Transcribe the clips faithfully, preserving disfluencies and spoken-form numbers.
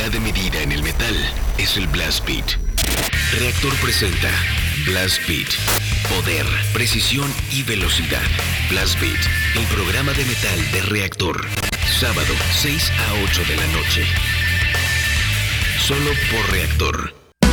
unidad de medida en el metal es el Blast Beat. Reactor presenta Blast Beat. Poder, precisión y velocidad. Blast Beat, el programa de metal de Reactor. Sábado, seis a ocho de la noche. Solo por Reactor.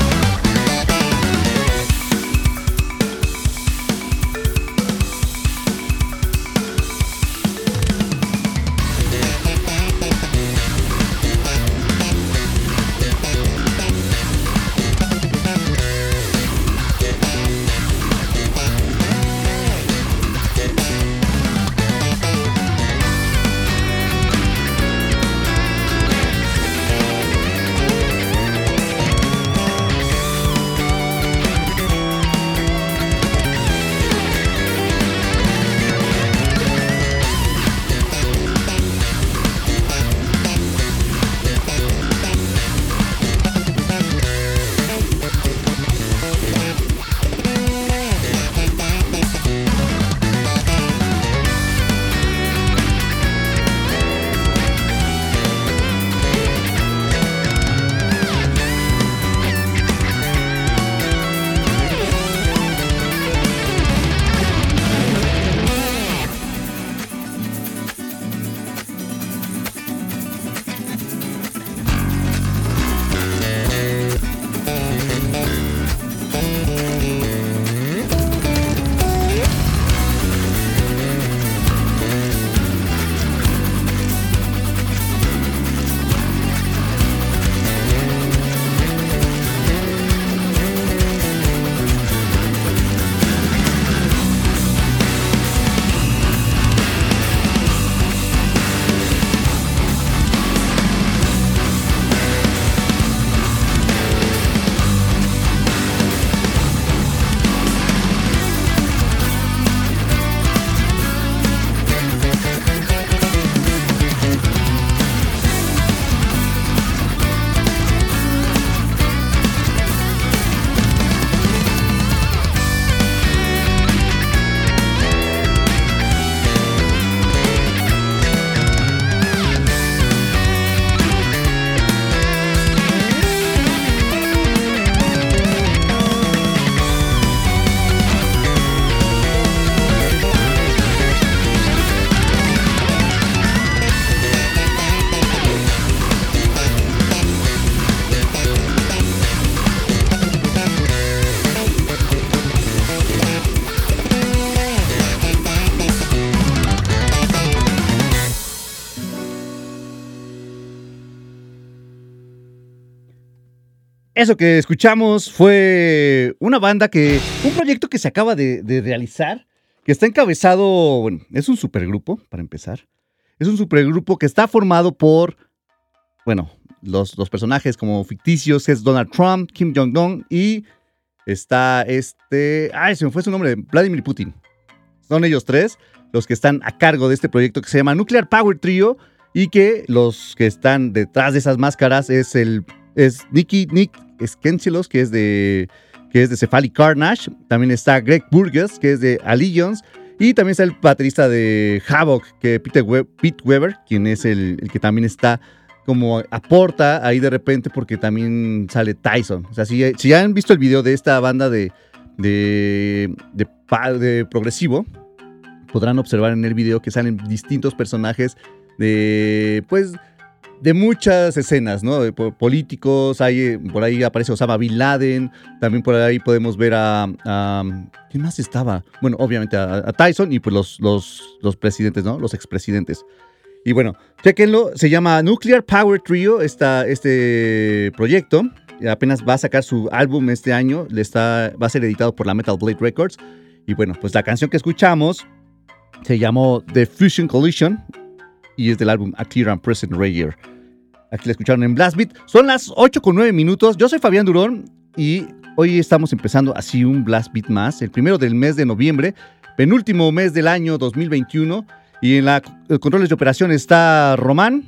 Eso que escuchamos fue una banda que, un proyecto que se acaba de, de realizar, que está encabezado, bueno, es un supergrupo, para empezar. Es un supergrupo que está formado por, bueno, los, los personajes como ficticios, es Donald Trump, Kim Jong-un y está este, ay, se me fue su nombre, Vladimir Putin. Son ellos tres los que están a cargo de este proyecto que se llama Nuclear Power Trio y que los que están detrás de esas máscaras es el, es Nicky, Nick Skencelos, que es de que es de Cephalic Carnage. También está Greg Burgess, que es de Allegiance. Y también está el baterista de Havoc, que Peter We- Pete Weber, quien es el, el que también está como aporta ahí de repente porque también sale Tyson. O sea, si, si ya han visto el video de esta banda de, de, de, de, de progresivo, podrán observar en el video que salen distintos personajes de, pues, de muchas escenas, ¿no? De políticos, hay, por ahí aparece Osama Bin Laden, también por ahí podemos ver a, a ¿quién más estaba? Bueno, obviamente a, a Tyson y pues los, los, los presidentes, ¿no? Los expresidentes. Y bueno, chequenlo, se llama Nuclear Power Trio, esta, este proyecto, apenas va a sacar su álbum este año, le está, va a ser editado por la Metal Blade Records. Y bueno, pues la canción que escuchamos se llamó The Fusion Collision y es del álbum A Clear and Present Rager. Aquí la escucharon en Blast Beat. Son las ocho con nueve minutos. Yo soy Fabián Durón y hoy estamos empezando así un Blast Beat más, el primero del mes de noviembre, penúltimo mes del año dos mil veintiuno. Y en la el controles de operación está Román.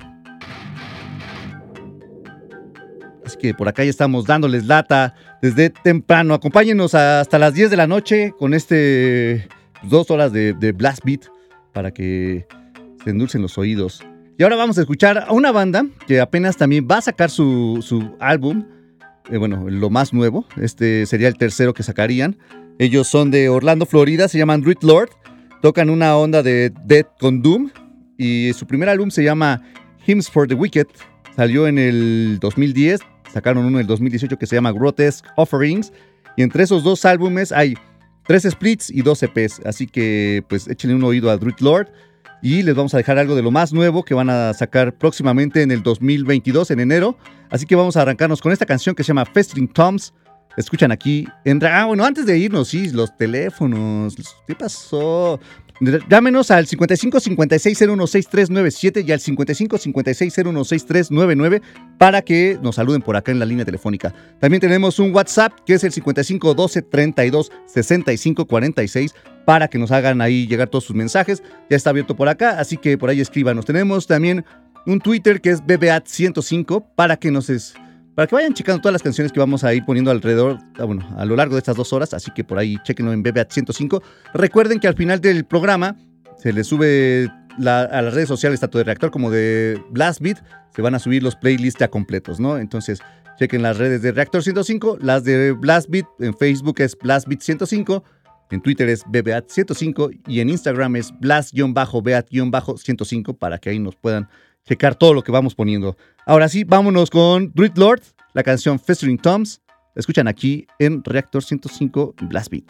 Así que por acá ya estamos dándoles lata desde temprano. Acompáñenos hasta las diez de la noche con este dos horas de, de Blast Beat para que se endulcen los oídos. Y ahora vamos a escuchar a una banda que apenas también va a sacar su, su álbum, eh, bueno, lo más nuevo. Este sería el tercero que sacarían. Ellos son de Orlando, Florida, se llaman Dread Lord. Tocan una onda de Death con Doom. Y su primer álbum se llama Hymns for the Wicked. Salió en el dos mil diez. Sacaron uno en el dos mil dieciocho que se llama Grotesque Offerings. Y entre esos dos álbumes hay tres splits y dos E Pes. Así que pues échenle un oído a Dread Lord. Y les vamos a dejar algo de lo más nuevo que van a sacar próximamente en el dos mil veintidós, en enero. Así que vamos a arrancarnos con esta canción que se llama Festering Toms. Escuchan aquí en... Ah, bueno, antes de irnos, sí, los teléfonos. ¿Qué pasó? Llámenos al cincuenta y cinco cincuenta y seis cero uno seis tres nueve siete y al cincuenta y cinco cincuenta y seis cero uno seis tres nueve nueve para que nos saluden por acá en la línea telefónica. También tenemos un WhatsApp que es el cincuenta y cinco doce treinta y dos sesenta y cinco cuarenta y seis para que nos hagan ahí llegar todos sus mensajes. Ya está abierto por acá, así que por ahí escríbanos. Tenemos también un Twitter que es B B A T ciento cinco para que nos... Es, Para que vayan checando todas las canciones que vamos a ir poniendo alrededor, bueno, a lo largo de estas dos horas, así que por ahí chequenlo en B B A T ciento cinco. Recuerden que al final del programa se les sube la, a las redes sociales, tanto de Reactor como de Blast Beat, se van a subir los playlists ya completos, ¿no? Entonces, chequen las redes de Reactor ciento cinco, las de Blast Beat, en Facebook es Blast Beat ciento cinco, en Twitter es B B A T ciento cinco y en Instagram es Blast-Beat ciento cinco para que ahí nos puedan checar todo lo que vamos poniendo. Ahora sí, vámonos con Dread Lord, la canción Festering Toms. La escuchan aquí en Reactor ciento cinco Blast Beat.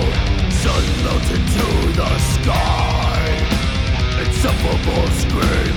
Into the sky, insufferable screams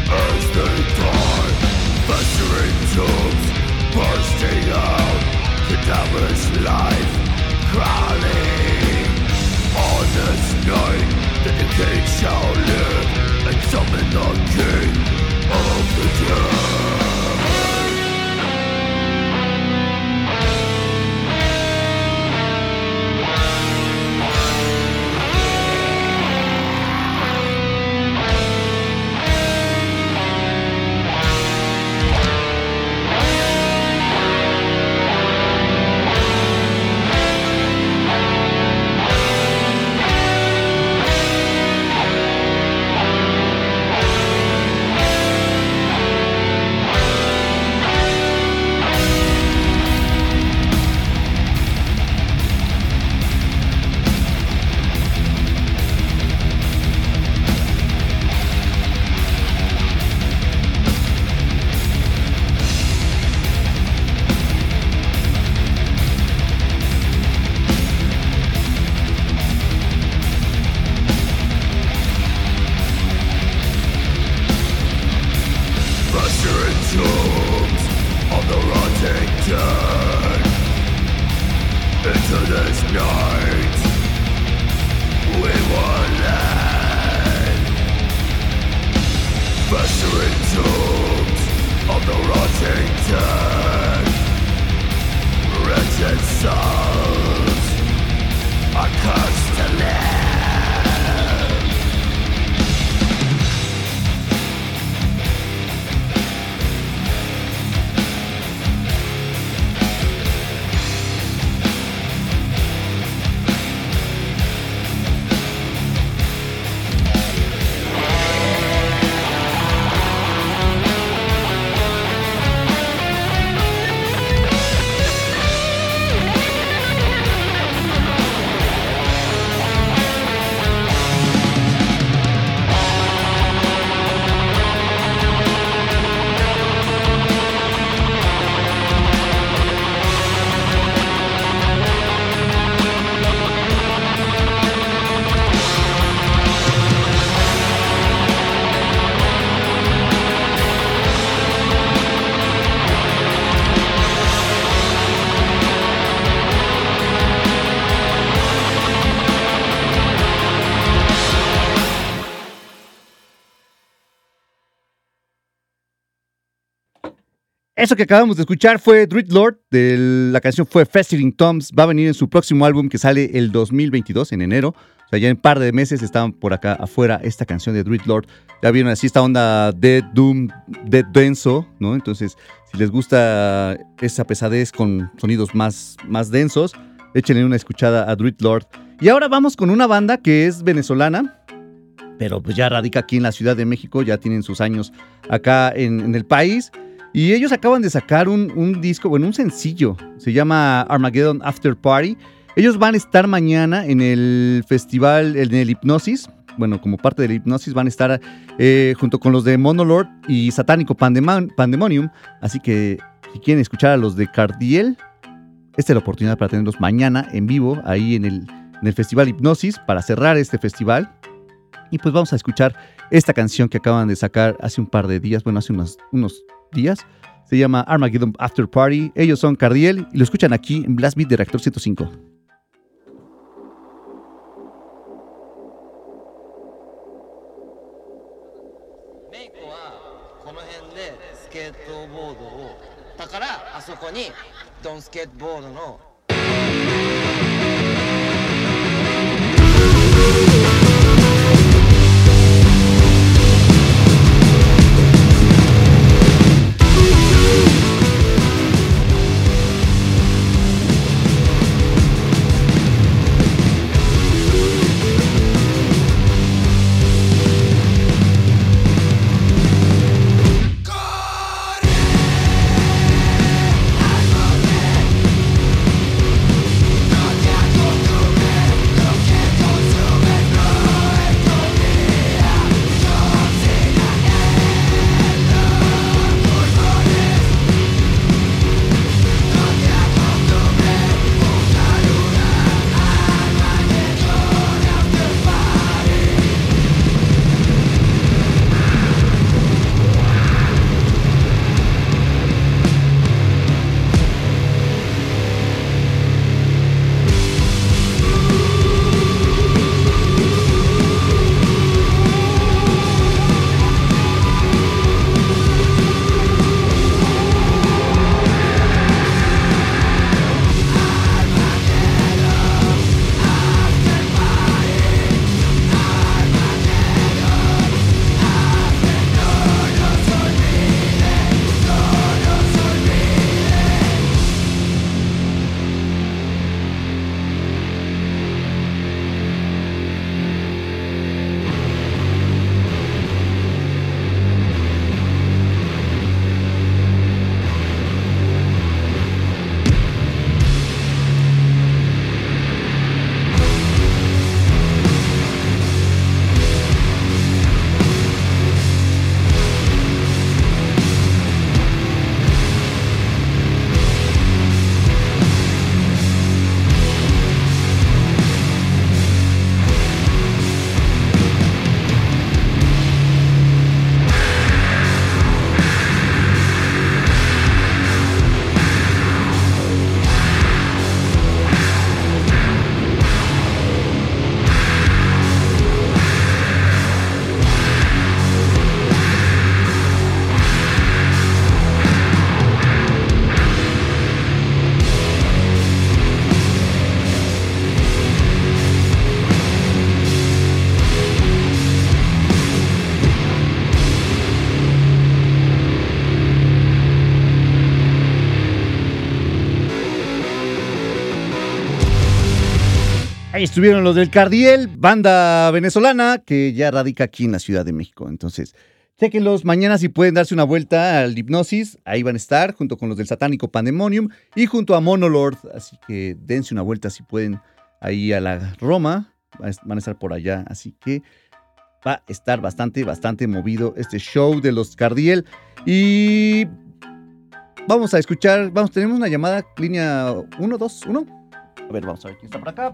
Eso que acabamos de escuchar fue Dreadlord, de la canción fue Festering Tombs, va a venir en su próximo álbum que sale el dos mil veintidós, en enero, o sea, ya en un par de meses estaban por acá afuera esta canción de Dreadlord. Ya vieron así esta onda Dead Doom, Dead denso, ¿no? Entonces, si les gusta esa pesadez con sonidos más, más densos, échenle una escuchada a Dreadlord. Y ahora vamos con una banda que es venezolana, pero pues ya radica aquí en la Ciudad de México, ya tienen sus años acá en, en el país. Y ellos acaban de sacar un, un disco, bueno, un sencillo, se llama Armageddon After Party. Ellos van a estar mañana en el festival, en el Hipnosis, bueno, como parte del Hipnosis van a estar eh, junto con los de Monolord y Satánico Pandemon- Pandemonium, así que si quieren escuchar a los de Cardiel, esta es la oportunidad para tenerlos mañana en vivo, ahí en el, en el festival Hipnosis, para cerrar este festival. Y pues vamos a escuchar esta canción que acaban de sacar hace un par de días, bueno, hace unos, unos días. Se llama Armageddon After Party. Ellos son Cardiel y lo escuchan aquí en Blast Beat de Reactor ciento cinco. メイコはこの辺でスケートボードをだからあそこにドンスケートボードの Yeah. Ahí estuvieron los del Cardiel, banda venezolana que ya radica aquí en la Ciudad de México. Entonces, chéquenlos mañana si pueden darse una vuelta al Hipnosis. Ahí van a estar junto con los del Satánico Pandemonium y junto a Monolord. Así que dense una vuelta si pueden ahí a la Roma. Van a estar por allá. Así que va a estar bastante, bastante movido este show de los Cardiel. Y vamos a escuchar, vamos, tenemos una llamada, línea uno, dos, uno. A ver, vamos a ver quién está por acá.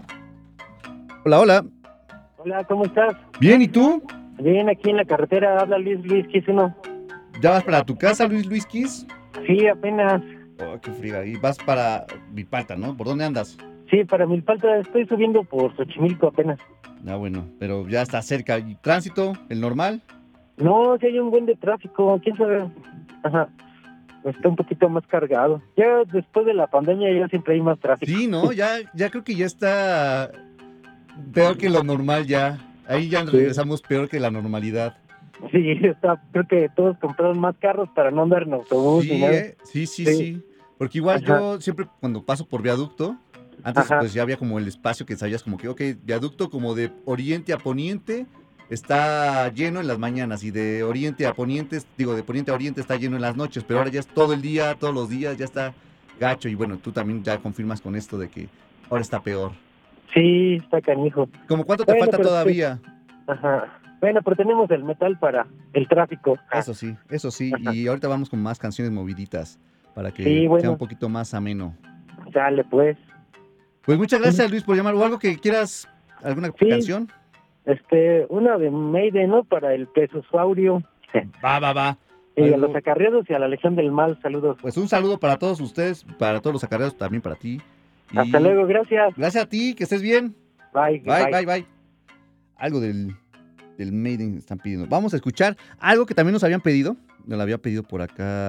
Hola, hola. Hola, ¿cómo estás? Bien, ¿y tú? Bien, aquí en la carretera, habla Luis Luis Kiss uno. ¿Ya vas para tu casa, Luis Luis Kiss? Sí, apenas. Oh, qué friga. Y vas para Milpalta, ¿no? ¿Por dónde andas? Sí, para Milpalta, estoy subiendo por Xochimilco apenas. Ah, bueno, pero ya está cerca. ¿Y tránsito, el normal? No, sí hay un buen de tráfico, quién sabe. Ajá. Está un poquito más cargado. Ya después de la pandemia ya siempre hay más tráfico. Sí, ¿no? Ya, ya creo que ya está peor que lo normal ya. Ahí ya regresamos peor que la normalidad. Sí, está, creo que todos compraron más carros para no andar en autobús. Sí, ni nada. ¿eh? sí, sí, Sí. sí. Porque igual Ajá. yo siempre cuando paso por viaducto, antes Ajá. pues ya había como el espacio que sabías como que, ok, viaducto como de oriente a poniente está lleno en las mañanas y de oriente a poniente, digo, de poniente a oriente está lleno en las noches, pero ahora ya es todo el día, todos los días, ya está gacho y bueno, tú también ya confirmas con esto de que ahora está peor. Sí, está canijo. ¿Cómo cuánto te Bueno, falta pero todavía? Ajá. Bueno, pero tenemos el metal para el tráfico. Eso sí, eso sí, y ahorita vamos con más canciones moviditas para que Sí, bueno. sea un poquito más ameno. Dale, pues. Pues muchas gracias, Luis, por llamar. ¿O algo que quieras, alguna Sí. canción? Este, una de Maiden, ¿no? Para el Pesosaurio. Va, va, va. Y a Algo- los acarreados y a la Legión del Mal, saludos. Pues un saludo para todos ustedes, para todos los acarreados, también para ti. Y Hasta luego, gracias. Gracias a ti, que estés bien. Bye, Bye, bye, bye. Algo del, del Maiden están pidiendo. Vamos a escuchar algo que también nos habían pedido. Nos lo había pedido por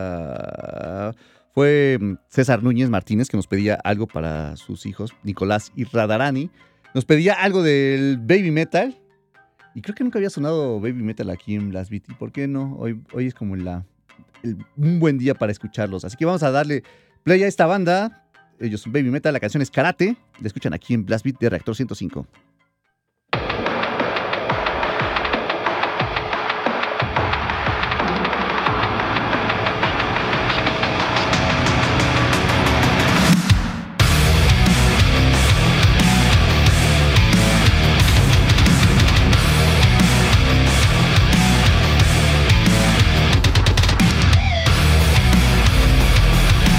acá. Fue mm, César Núñez Martínez que nos pedía algo para sus hijos, Nicolás y Radarani. Nos pedía algo del Baby Metal. Y creo que nunca había sonado Baby Metal aquí en Blast Beat. ¿Y por qué no? Hoy, hoy es como la, el- un buen día para escucharlos. Así que vamos a darle play a esta banda. Ellos son Baby Metal, la canción es Karate. La escuchan aquí en Blast Beat de Reactor ciento cinco.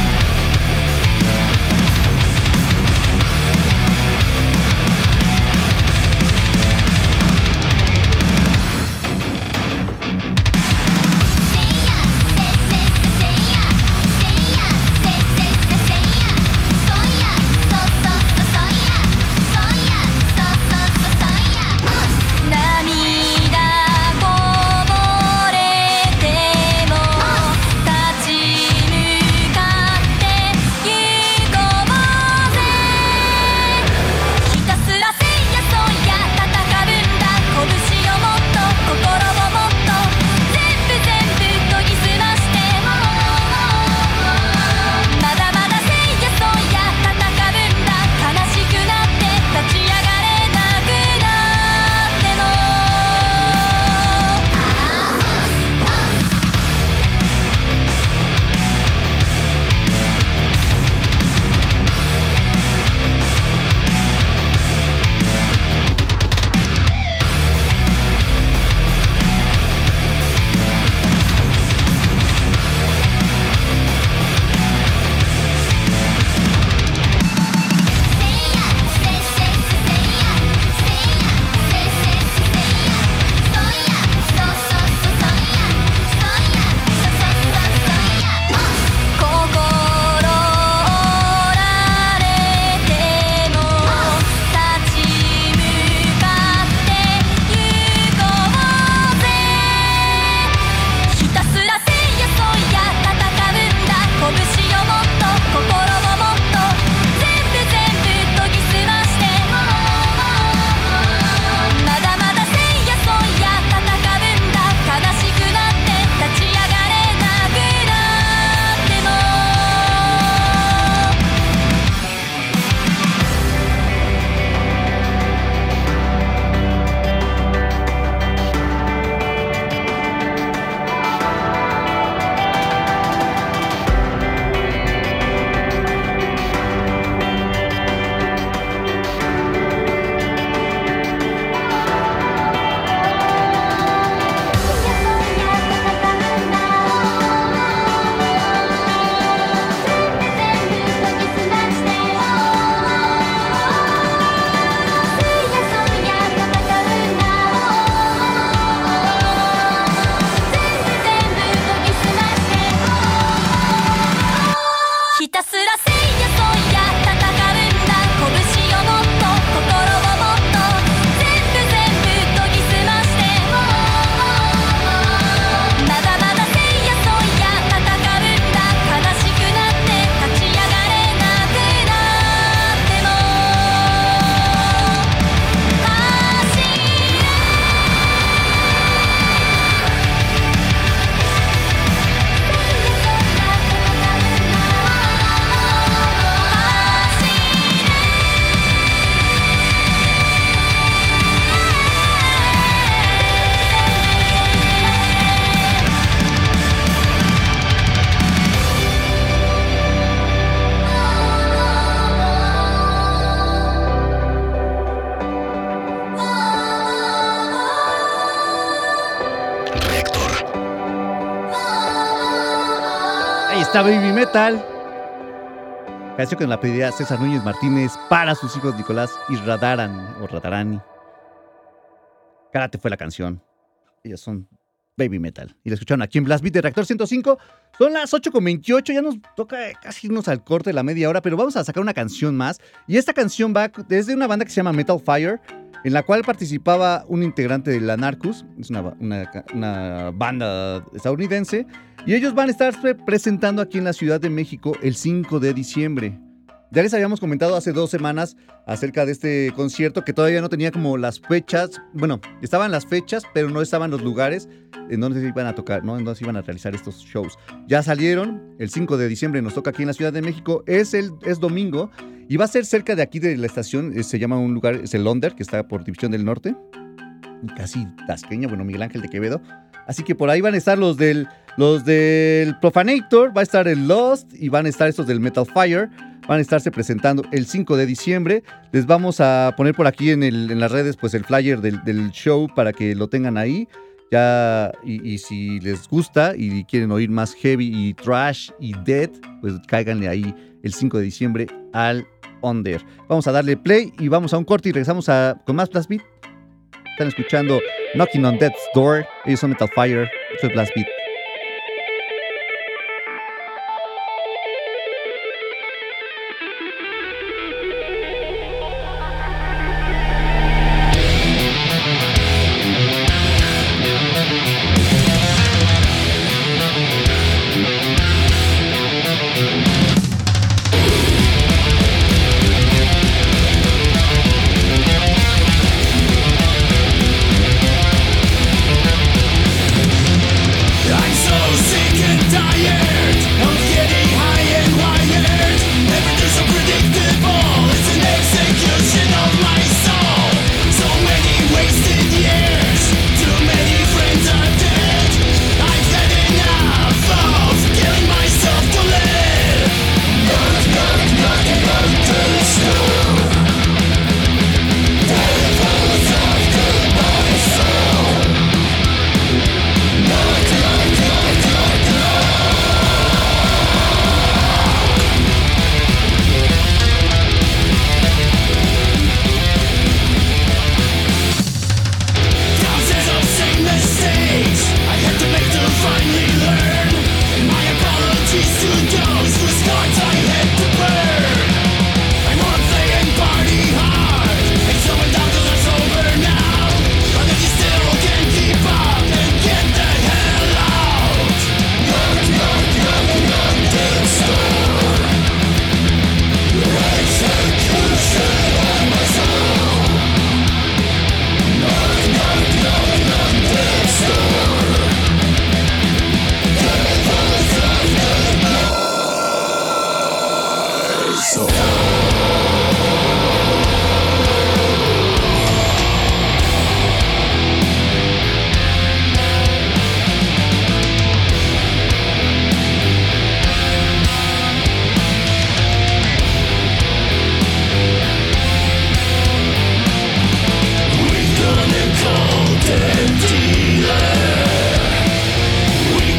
「 está Baby Metal. Canción que la pedía César Núñez Martínez para sus hijos Nicolás y Radaran o Radarani. Karate fue la canción. Ellos son Baby Metal. Y la escucharon aquí en Blast Beat de Reactor ciento cinco. Son las ocho con veintiocho. Ya nos toca casi irnos al corte de la media hora, pero vamos a sacar una canción más. Y esta canción va desde una banda que se llama Metal Fire, en la cual participaba un integrante de la Narcus. Es una, una, una banda estadounidense. Y ellos van a estar presentando aquí en la Ciudad de México el cinco de diciembre. Ya les habíamos comentado hace dos semanas acerca de este concierto que todavía no tenía como las fechas. Bueno, estaban las fechas, pero no estaban los lugares en donde se iban a tocar, ¿no? En donde se iban a realizar estos shows. Ya salieron, el cinco de diciembre nos toca aquí en la Ciudad de México. Es, el, es domingo y va a ser cerca de aquí de la estación. Se llama un lugar, es el Londer, que está por División del Norte. Casi tasqueña, bueno, Miguel Ángel de Quevedo. Así que por ahí van a estar los del, los del Profanator, va a estar el Lost y van a estar estos del Metal Fire. Van a estarse presentando el cinco de diciembre. Les vamos a poner por aquí en, el, en las redes pues el flyer del, del show para que lo tengan ahí. Ya, y, y si les gusta y quieren oír más heavy y trash y death, pues cáiganle ahí el cinco de diciembre al Under. Vamos a darle play y vamos a un corte y regresamos a, con más Blast Beat. Están escuchando Knocking on Death's Door. Ellos son Metal Fire. Esto es Blast Beat.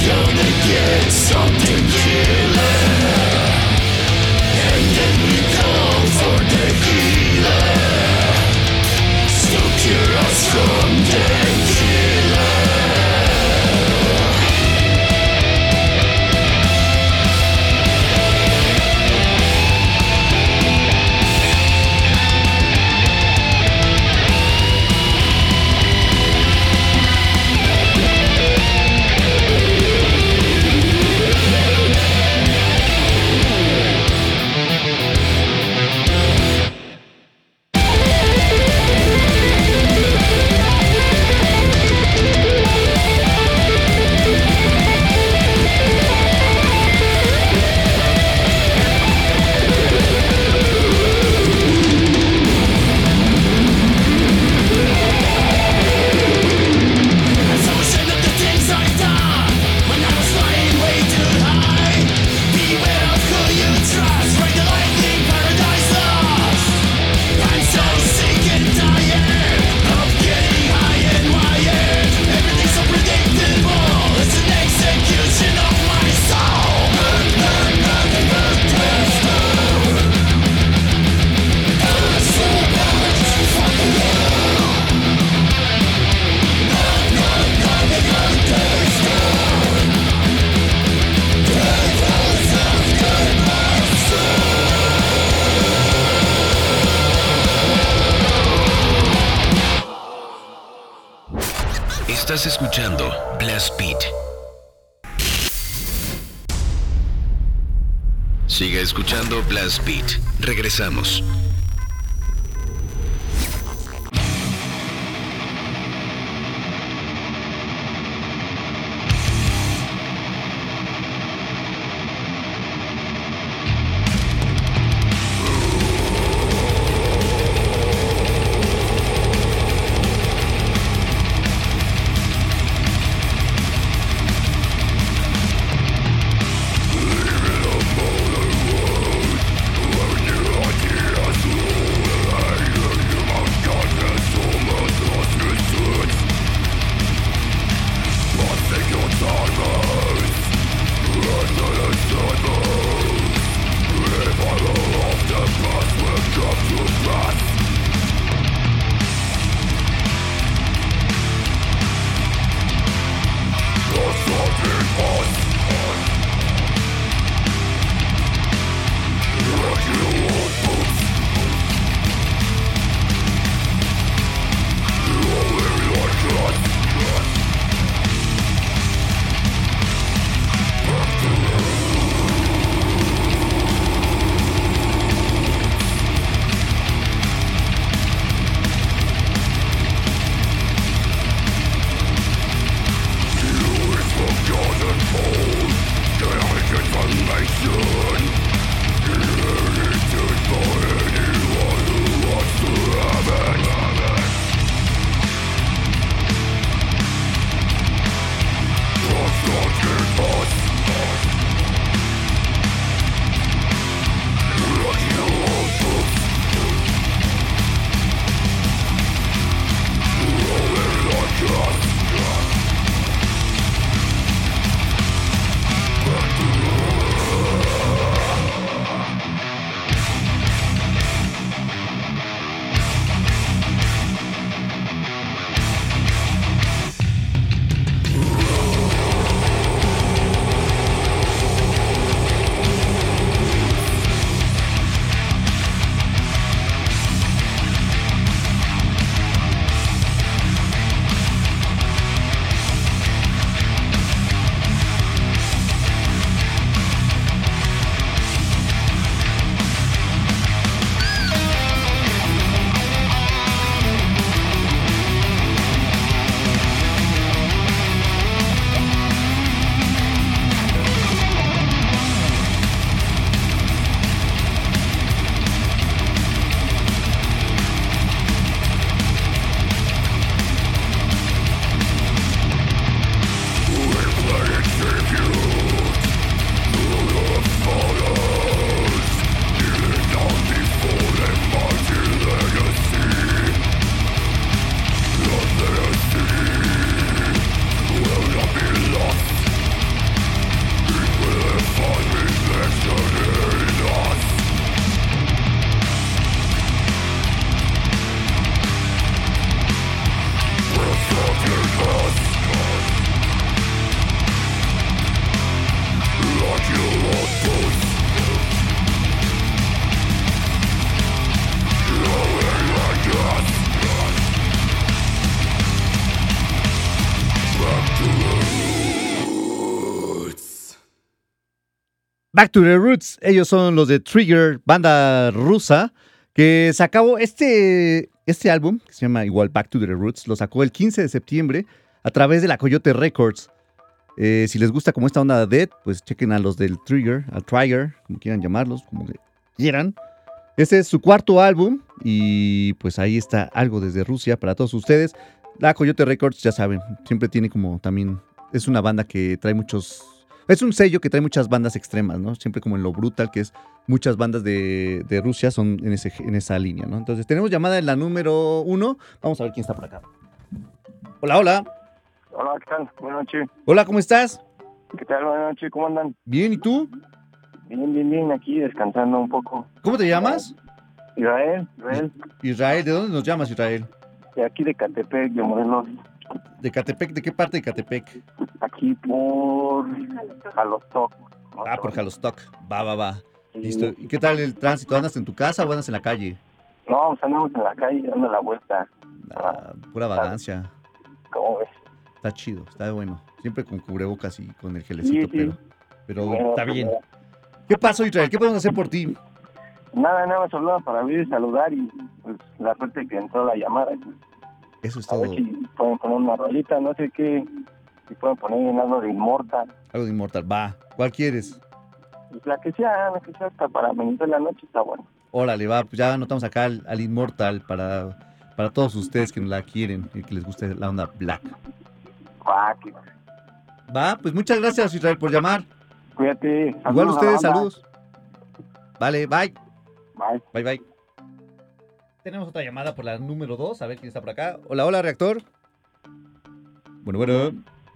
Something killer, and then we go. Estás escuchando Blast Beat. Sigue escuchando Blast Beat. Regresamos. Back to the Roots, ellos son los de Trigger, banda rusa, que sacó este, este álbum, que se llama igual Back to the Roots, lo sacó el quince de septiembre a través de la Coyote Records. Eh, si les gusta como esta onda de Dead, pues chequen a los del Trigger, al Trigger, como quieran llamarlos, como quieran. Este es su cuarto álbum y pues ahí está algo desde Rusia para todos ustedes. La Coyote Records, ya saben, siempre tiene como también, es una banda que trae muchos... Es un sello que trae muchas bandas extremas, ¿no? Siempre como en lo brutal, que es muchas bandas de, de Rusia son en, ese, en esa línea, ¿no? Entonces tenemos llamada en la número uno. Vamos a ver quién está por acá. Hola, hola. Hola, ¿qué tal? Buenas noches. Hola, ¿cómo estás? ¿Qué tal? Buenas noches, ¿cómo andan? Bien, ¿y tú? Bien, bien, bien, aquí descansando un poco. ¿Cómo te llamas? Israel, Israel. Israel, ¿de dónde nos llamas, Israel? De aquí de Catepec, de Morelos. ¿De Catepec? ¿De qué parte de Catepec? Aquí por Jalostoc. Ah, por Jalostoc. Va, va, va. Sí. Listo. ¿Y qué tal el tránsito? ¿Andas en tu casa o andas en la calle? No, pues andamos en la calle dando la vuelta. Ah, pura vagancia. ¿Cómo ves? está chido, está bueno. Siempre con cubrebocas y con el gelecito, Sí, sí. pero, pero Bueno, está pues, bien. eh, ¿Qué pasó, Israel? ¿Qué podemos hacer por ti? Nada, nada más hablaba para abrir y saludar y pues la suerte que entró la llamada. Pues, Eso es a ver todo. si pueden poner una rolita, no sé qué, si pueden poner en algo de Inmortal. Algo de Inmortal. Va. ¿Cuál quieres? Pues, la que sea, la que sea hasta para amenizar la noche está bueno. Órale, va. Pues ya anotamos acá al, al Inmortal para, para todos ustedes que la quieren y que les guste la onda black. Ah, que- Va, pues muchas gracias, Israel, por llamar. Cuídate. Igual Saludos a la ustedes, banda. saludos. Vale, bye. Bye. Bye, bye. Tenemos otra llamada por la número dos. A ver quién está por acá. Hola, hola, reactor. Bueno, bueno.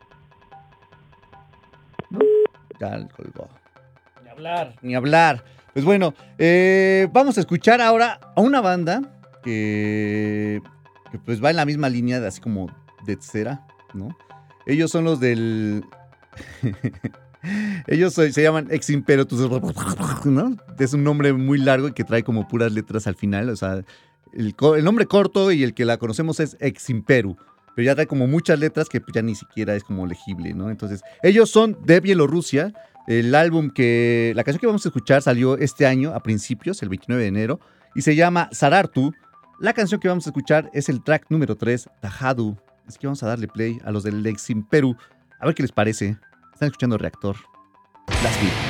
No, ya colgó. Ni hablar. Ni hablar. Pues bueno, eh, vamos a escuchar ahora a una banda que, que pues va en la misma línea de así como de cera, ¿no? Ellos son los del... Ellos se, se llaman Ex Imperatus, ¿no? Es un nombre muy largo y que trae como puras letras al final. O sea, el, el nombre corto y el que la conocemos es Ex Imperu, pero ya trae como muchas letras que ya ni siquiera es como legible, ¿no? Entonces, ellos son de Bielorrusia. El álbum que... La canción que vamos a escuchar salió este año, a principios, el veintinueve de enero, y se llama Sarartu. La canción que vamos a escuchar es el track número tres, Tajadu. Así que vamos a darle play a los del Ex Imperu. A ver qué les parece. Están escuchando Reactor. Blast Beat.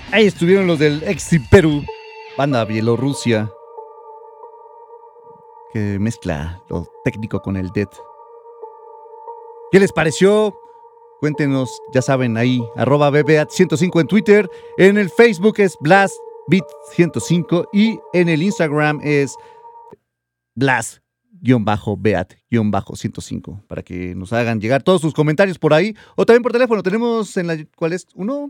Ahí estuvieron los del Exi Perú, banda Bielorrusia, que mezcla lo técnico con el death. ¿Qué les pareció? Cuéntenos, ya saben, ahí, arroba B B A T ciento cinco en Twitter, en el Facebook es BlastBeat ciento cinco y en el Instagram es Blast-Beat ciento cinco, para que nos hagan llegar todos sus comentarios por ahí, o también por teléfono. Tenemos en la, ¿cuál es? ¿Uno?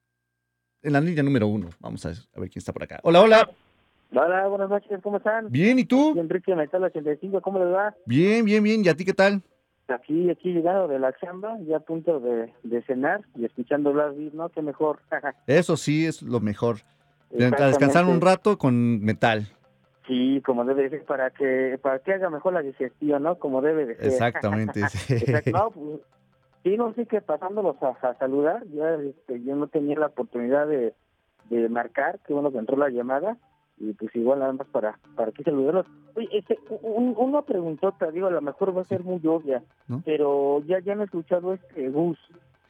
En la línea número uno. Vamos a ver, a ver quién está por acá. Hola, hola. Hola, buenas noches, ¿cómo están? Bien, ¿y tú? Soy Enrique Metal ochenta y cinco, ¿cómo les va? Bien, bien, bien. ¿Y a ti qué tal? Aquí, aquí llegando de la chamba, ya a punto de, de cenar y escuchando Blast Beat, ¿no? Qué mejor. Eso sí es lo mejor. A Exactamente. descansar un rato con metal. Sí, como debe de ser, para que para que haga mejor la digestión, ¿no? Como debe de ser. Exactamente. Sí. Exacto. No, pues, sí, no sé que pasándolos a, a saludar, ya este, yo no tenía la oportunidad de, de marcar, que bueno que entró la llamada, y pues igual nada más para, para que saludarlos. Oye, este, un, una preguntota, digo, a lo mejor va a ser muy obvia, ¿No? pero ya, ya han escuchado este Gus.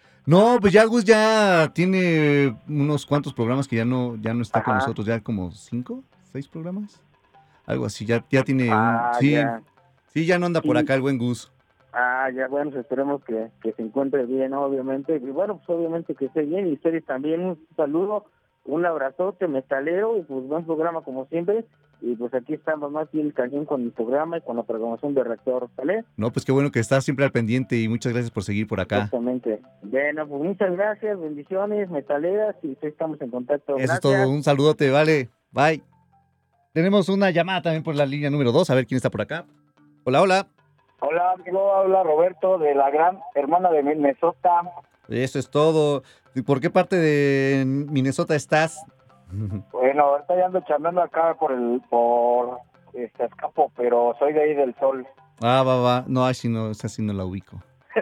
No, pues ya Gus ya tiene unos cuantos programas que ya no, ya no está con Ajá. nosotros, ya como cinco, seis programas. Algo así, ya, ya tiene Ah, un. Sí, ya. sí, ya no anda por Sí. acá el buen Gus. Ah, ya, bueno, pues esperemos que, que se encuentre bien, ¿no? Obviamente. Y bueno, pues obviamente que esté bien. Y ustedes también, un saludo, un abrazote metalero, y pues buen programa como siempre. Y pues aquí estamos más bien el cañón con el programa y con la programación de Reactor, ¿vale? No, pues qué bueno que estás siempre al pendiente y muchas gracias por seguir por acá. Exactamente. Bueno, pues muchas gracias, bendiciones, metaleras, y pues estamos en contacto. Eso Gracias. es todo, un saludote, vale, bye. Tenemos una llamada también por la línea número dos, a ver quién está por acá. Hola, hola. Hola, amigo, habla Roberto de la gran hermana de Minnesota. Eso es todo. ¿Y por qué parte de Minnesota estás? Bueno, ahorita ya ando chambeando acá por el, por este escapo, pero soy de ahí del sol. Ah, va, va. No, así no, esa sí no la ubico.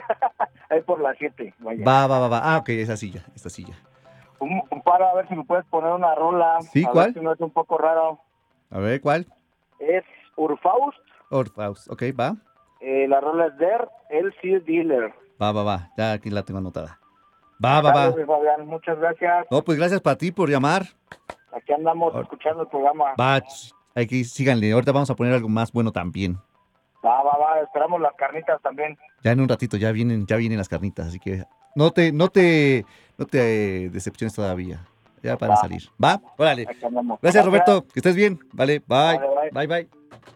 Ahí por las siete, vaya. Va, va, va, va. Ah, ok, esa silla, esta silla. Un, un paro, a ver si me puedes poner una rola. Sí, a ¿cuál? ver si no es un poco raro. A ver, ¿cuál? Es Urfaust. Orthouse, ok, va. Eh, la rola es Der, el Seed Dealer. Va, va, va. Ya aquí la tengo anotada. Va, va, va. Dale, Fabián, muchas gracias. No, pues gracias para ti por llamar. Aquí andamos Ahora- escuchando el programa. Va, ch- hay que síganle. Ahorita vamos a poner algo más bueno también. Va, va, va. Esperamos las carnitas también. Ya en un ratito ya vienen, ya vienen las carnitas, así que no te, no te, no te decepciones todavía. Ya para Va. salir. ¿Va? Órale. Aquí andamos. Gracias, Roberto. Que estés bien. Vale, bye. Vale, Bye, bye.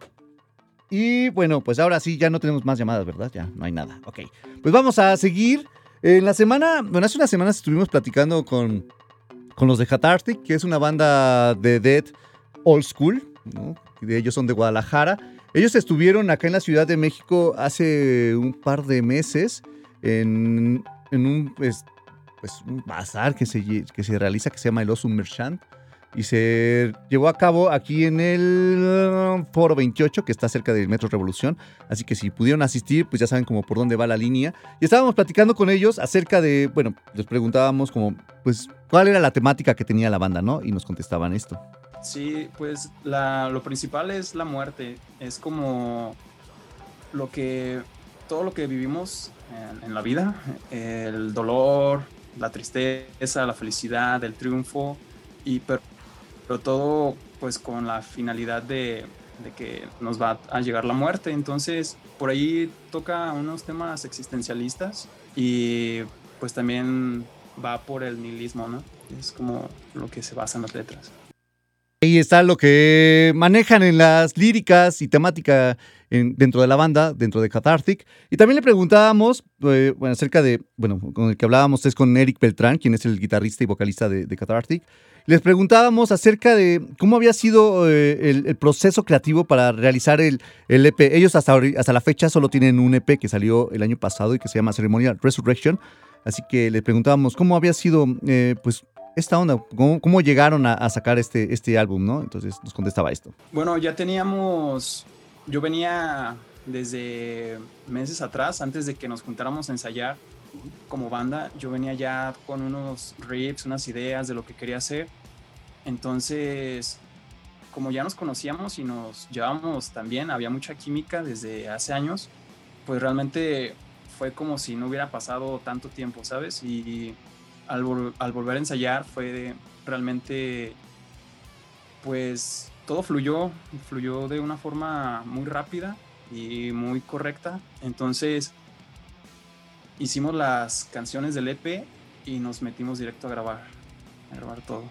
Y bueno, pues ahora sí, ya no tenemos más llamadas, ¿verdad? Ya no hay nada. Ok. Pues vamos a seguir. En la semana, bueno, hace unas semanas estuvimos platicando con, con los de Cathartic, que es una banda de death old school, ¿no? De ellos son de Guadalajara. Ellos estuvieron acá en la Ciudad de México hace un par de meses en, en un, pues, pues, un bazar que se, lle- que se realiza que se llama el Osum Merchant. Y se llevó a cabo aquí en el uh, Foro veintiocho, que está cerca del Metro Revolución. Así que si pudieron asistir, pues ya saben como por dónde va la línea. Y estábamos platicando con ellos acerca de, bueno, les preguntábamos como, pues, cuál era la temática que tenía la banda, ¿no? Y nos contestaban esto. Sí, pues la, lo principal es la muerte. Es como lo que, todo lo que vivimos en, en la vida, el dolor, la tristeza, la felicidad, el triunfo, y pero, pero todo pues con la finalidad de, de que nos va a llegar la muerte. Entonces por ahí toca unos temas existencialistas y pues también va por el nihilismo, ¿no? Es como lo que se basa en las letras. Ahí está lo que manejan en las líricas y temática en- dentro de la banda, dentro de Cathartic. Y también le preguntábamos, eh, bueno, acerca de, bueno, con el que hablábamos es con Eric Beltrán, quien es el guitarrista y vocalista de, de Cathartic. Les preguntábamos acerca de cómo había sido eh, el, el proceso creativo para realizar el, el E P. Ellos hasta, ahori- hasta la fecha solo tienen un E P que salió el año pasado y que se llama Ceremonial Resurrection. Así que le preguntábamos cómo había sido, eh, pues, esta onda, cómo, cómo llegaron a, a sacar este, este álbum, ¿no? Entonces nos contestaba esto. Bueno, ya teníamos, yo venía desde meses atrás, antes de que nos juntáramos a ensayar como banda, yo venía ya con unos riffs, unas ideas de lo que quería hacer. Entonces, como ya nos conocíamos y nos llevábamos también, había mucha química desde hace años, pues realmente fue como si no hubiera pasado tanto tiempo, ¿sabes? Y al, vol- al volver a ensayar fue de realmente pues todo fluyó, fluyó de una forma muy rápida y muy correcta. Entonces hicimos las canciones del E P y nos metimos directo a grabar, a grabar todo.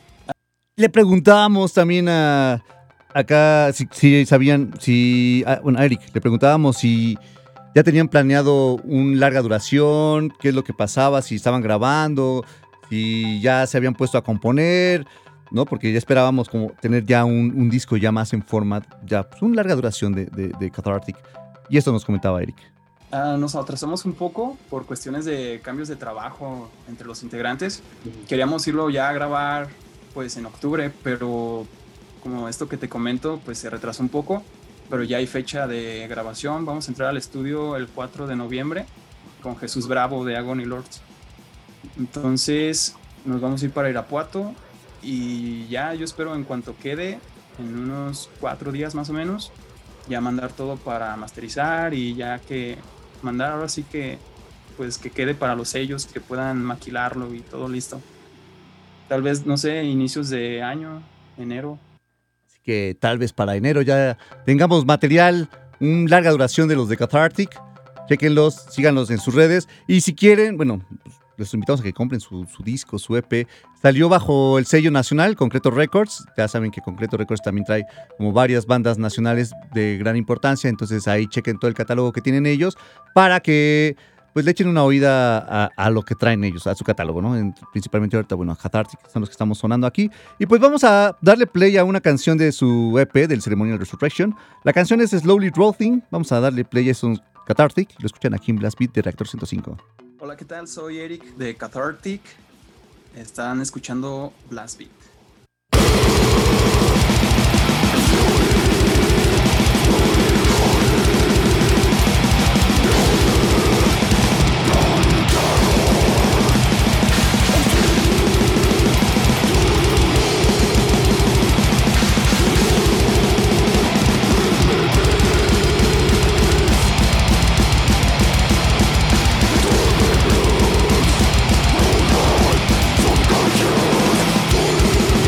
Le preguntábamos también a acá si, si sabían, si a, bueno, a Eric, le preguntábamos si ya tenían planeado un larga duración, qué es lo que pasaba, si estaban grabando, si ya se habían puesto a componer, ¿no? Porque ya esperábamos como tener ya un, un disco ya más en forma, ya pues, una larga duración de, de, de Cathartic. Y esto nos comentaba Eric. Uh, nos atrasamos un poco por cuestiones de cambios de trabajo entre los integrantes. Queríamos irlo ya a grabar pues en octubre, pero como esto que te comento, pues se retrasó un poco, pero ya hay fecha de grabación. Vamos a entrar al estudio el cuatro de noviembre con Jesús Bravo de Agony Lords. Entonces nos vamos a ir para Irapuato y ya yo espero en cuanto quede, en unos cuatro días más o menos, ya mandar todo para masterizar y ya que mandar ahora sí que pues que quede para los sellos, que puedan maquilarlo y todo listo. Tal vez, no sé, inicios de año, enero. Así que tal vez para enero ya tengamos material, una larga duración de los de Cathartic. Chequenlos, síganlos en sus redes. Y si quieren, bueno, les invitamos a que compren su, su disco, su E P. Salió bajo el sello nacional, Concreto Records. Ya saben que Concreto Records también trae como varias bandas nacionales de gran importancia. Entonces ahí chequen todo el catálogo que tienen ellos para que pues le echen una oída a, a lo que traen ellos, a su catálogo, ¿no? En, principalmente ahorita, bueno, a Cathartic, son los que estamos sonando aquí. Y pues vamos a darle play a una canción de su E P, del Ceremonial Resurrection. La canción es Slowly Rolling. Vamos a darle play a eso, Cathartic. Lo escuchan aquí en Blast Beat de Reactor ciento cinco. Hola, ¿qué tal? Soy Eric de Cathartic. Están escuchando Blast Beat. Some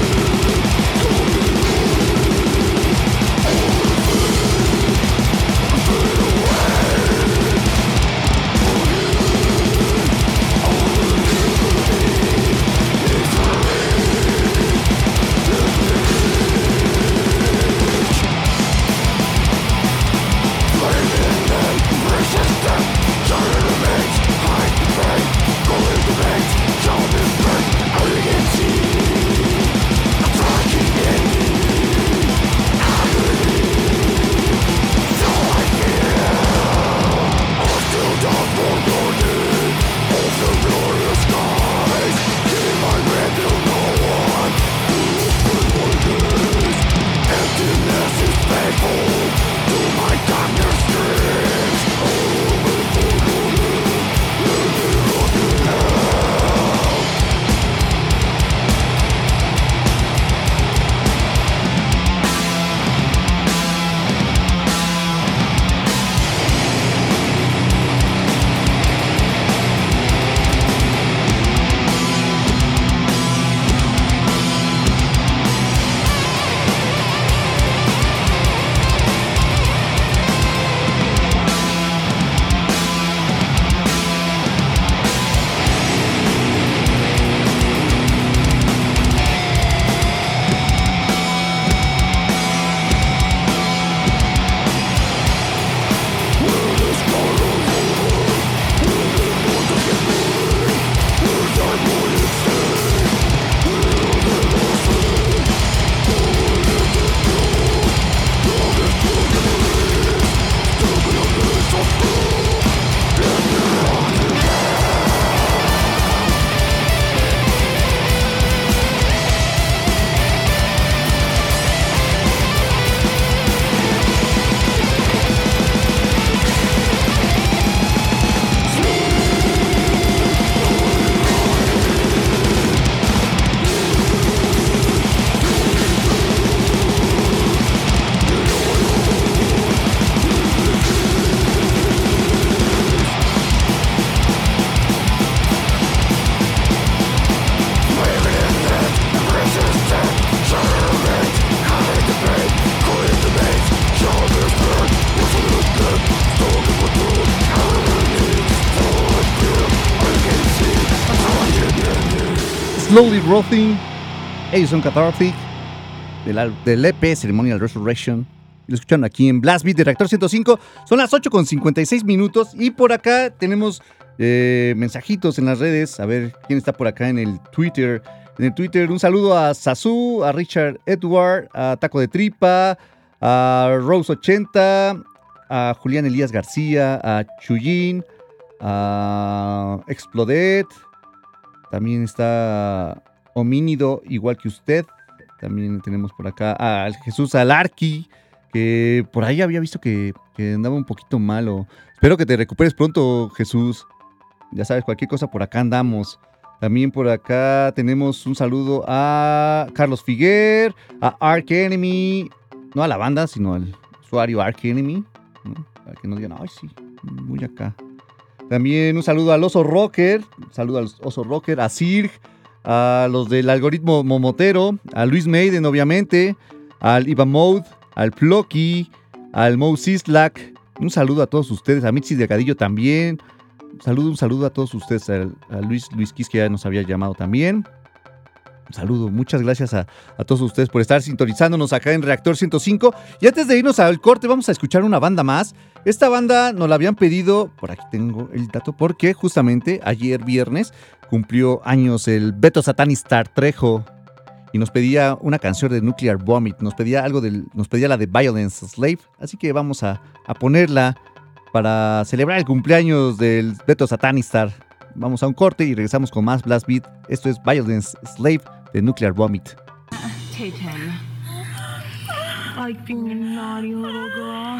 Slowly Rotting, Edison Cathartic, del, al- del E P Ceremonial Resurrection. Lo escucharon aquí en Blast Beat de Reactor ciento cinco. Son las ocho con cincuenta y seis minutos. Y por acá tenemos eh, mensajitos en las redes. A ver quién está por acá en el Twitter. En el Twitter, un saludo a Sasu, a Richard Edward, a Taco de Tripa, a Rose ochenta, a Julián Elías García, a Chuyin, a Exploded. También está Homínido, igual que usted. También tenemos por acá a Jesús Alarqui, que por ahí había visto que, que andaba un poquito malo. Espero que te recuperes pronto, Jesús. Ya sabes, cualquier cosa por acá andamos. También por acá tenemos un saludo a Carlos Figuer, a Ark Enemy, no a la banda, sino al usuario Ark Enemy, ¿no? Para que nos digan, ay, sí, muy acá. También un saludo al Oso Rocker, un saludo al Oso Rocker, a Sirg, a los del algoritmo Momotero, a Luis Maiden, obviamente, al Iva Mode, al Plocky, al Mo Sislak. Un saludo a todos ustedes, a Mitzi Delgadillo también. Un saludo, un saludo a todos ustedes, a, a Luis, Luis Quis, que ya nos había llamado también. Un saludo, muchas gracias a, a todos ustedes por estar sintonizándonos acá en Reactor ciento cinco. Y antes de irnos al corte, vamos a escuchar una banda más. Esta banda nos la habían pedido, por aquí tengo el dato, porque justamente ayer viernes cumplió años el Beto Satanistar Trejo y nos pedía una canción de Nuclear Vomit, nos pedía algo del, nos pedía la de Violence Slave, así que vamos a, a ponerla para celebrar el cumpleaños del Beto Satanistar. Vamos a un corte y regresamos con más Blast Beat. Esto es Violence Slave de Nuclear Vomit. Take him. Like being a naughty little girl.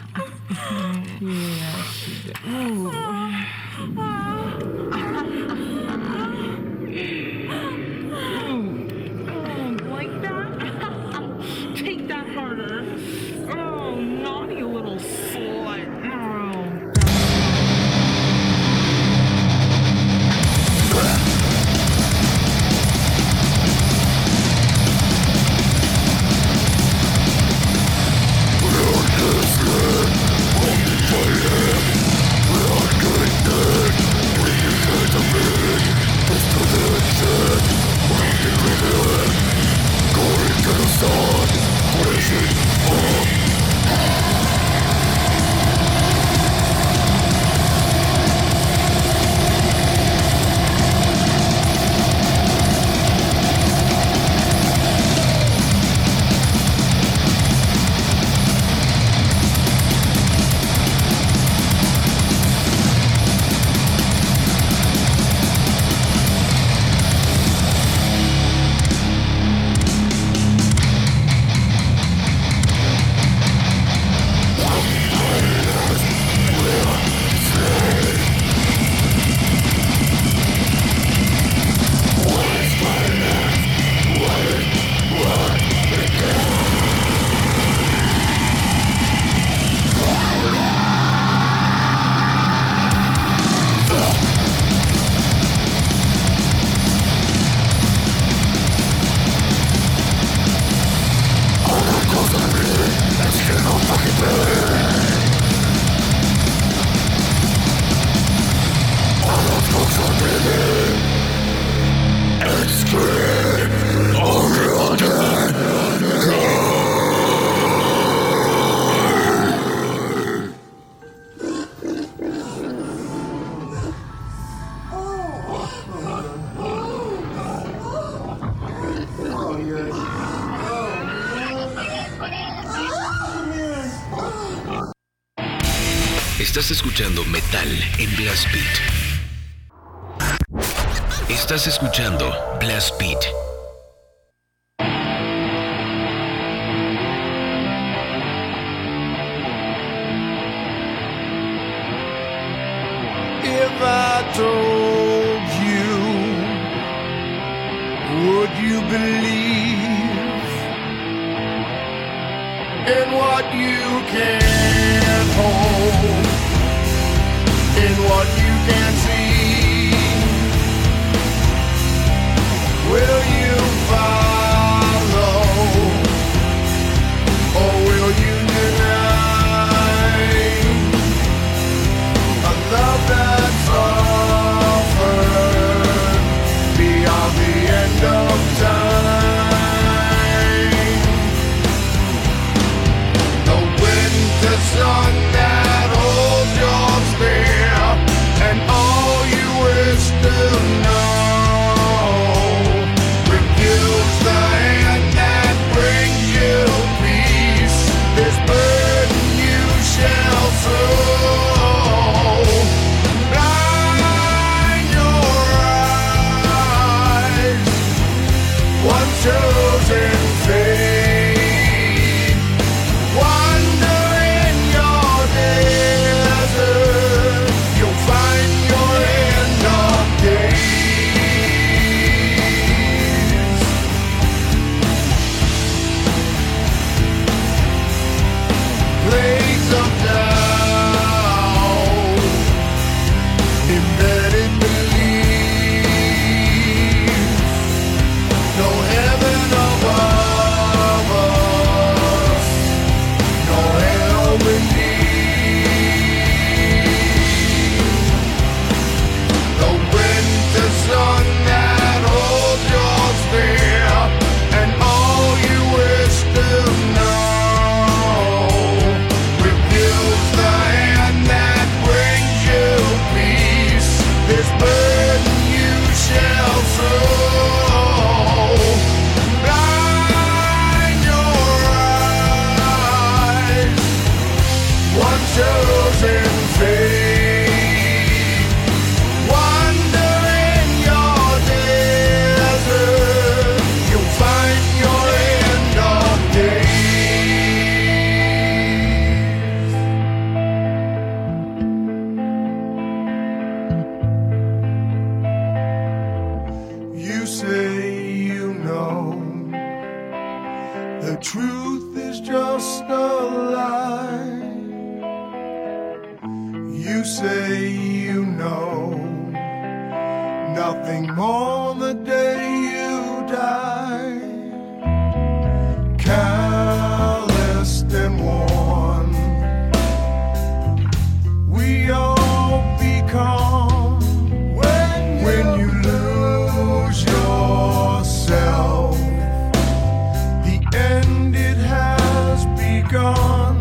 Yeah, she did. Ooh. Like that? Take that harder. Oh, naughty little slut. Oh. Estás escuchando Metal en Blast Beat. Estás escuchando Blast Beat. If I told you, would you believe in what you can't hold, in what you can't see? Will you follow, or will you deny a love that's offered beyond the end? chosen fate. Wander in your desert, you'll find your end of days. Plagues of doubt, embedded beliefs, no heaven above us, no hell beneath. The winter sun that holds your spear, and all you wish to know, reveals the hand that brings you peace. This burden you shall throw. Blind your eyes, one chosen fate. Wander in your desert, you'll find your end of days. You say you know the truth is just a lie. You say you know nothing more the day you die. Calloused and worn, we all become when, when you lose yourself. The end, it has begun.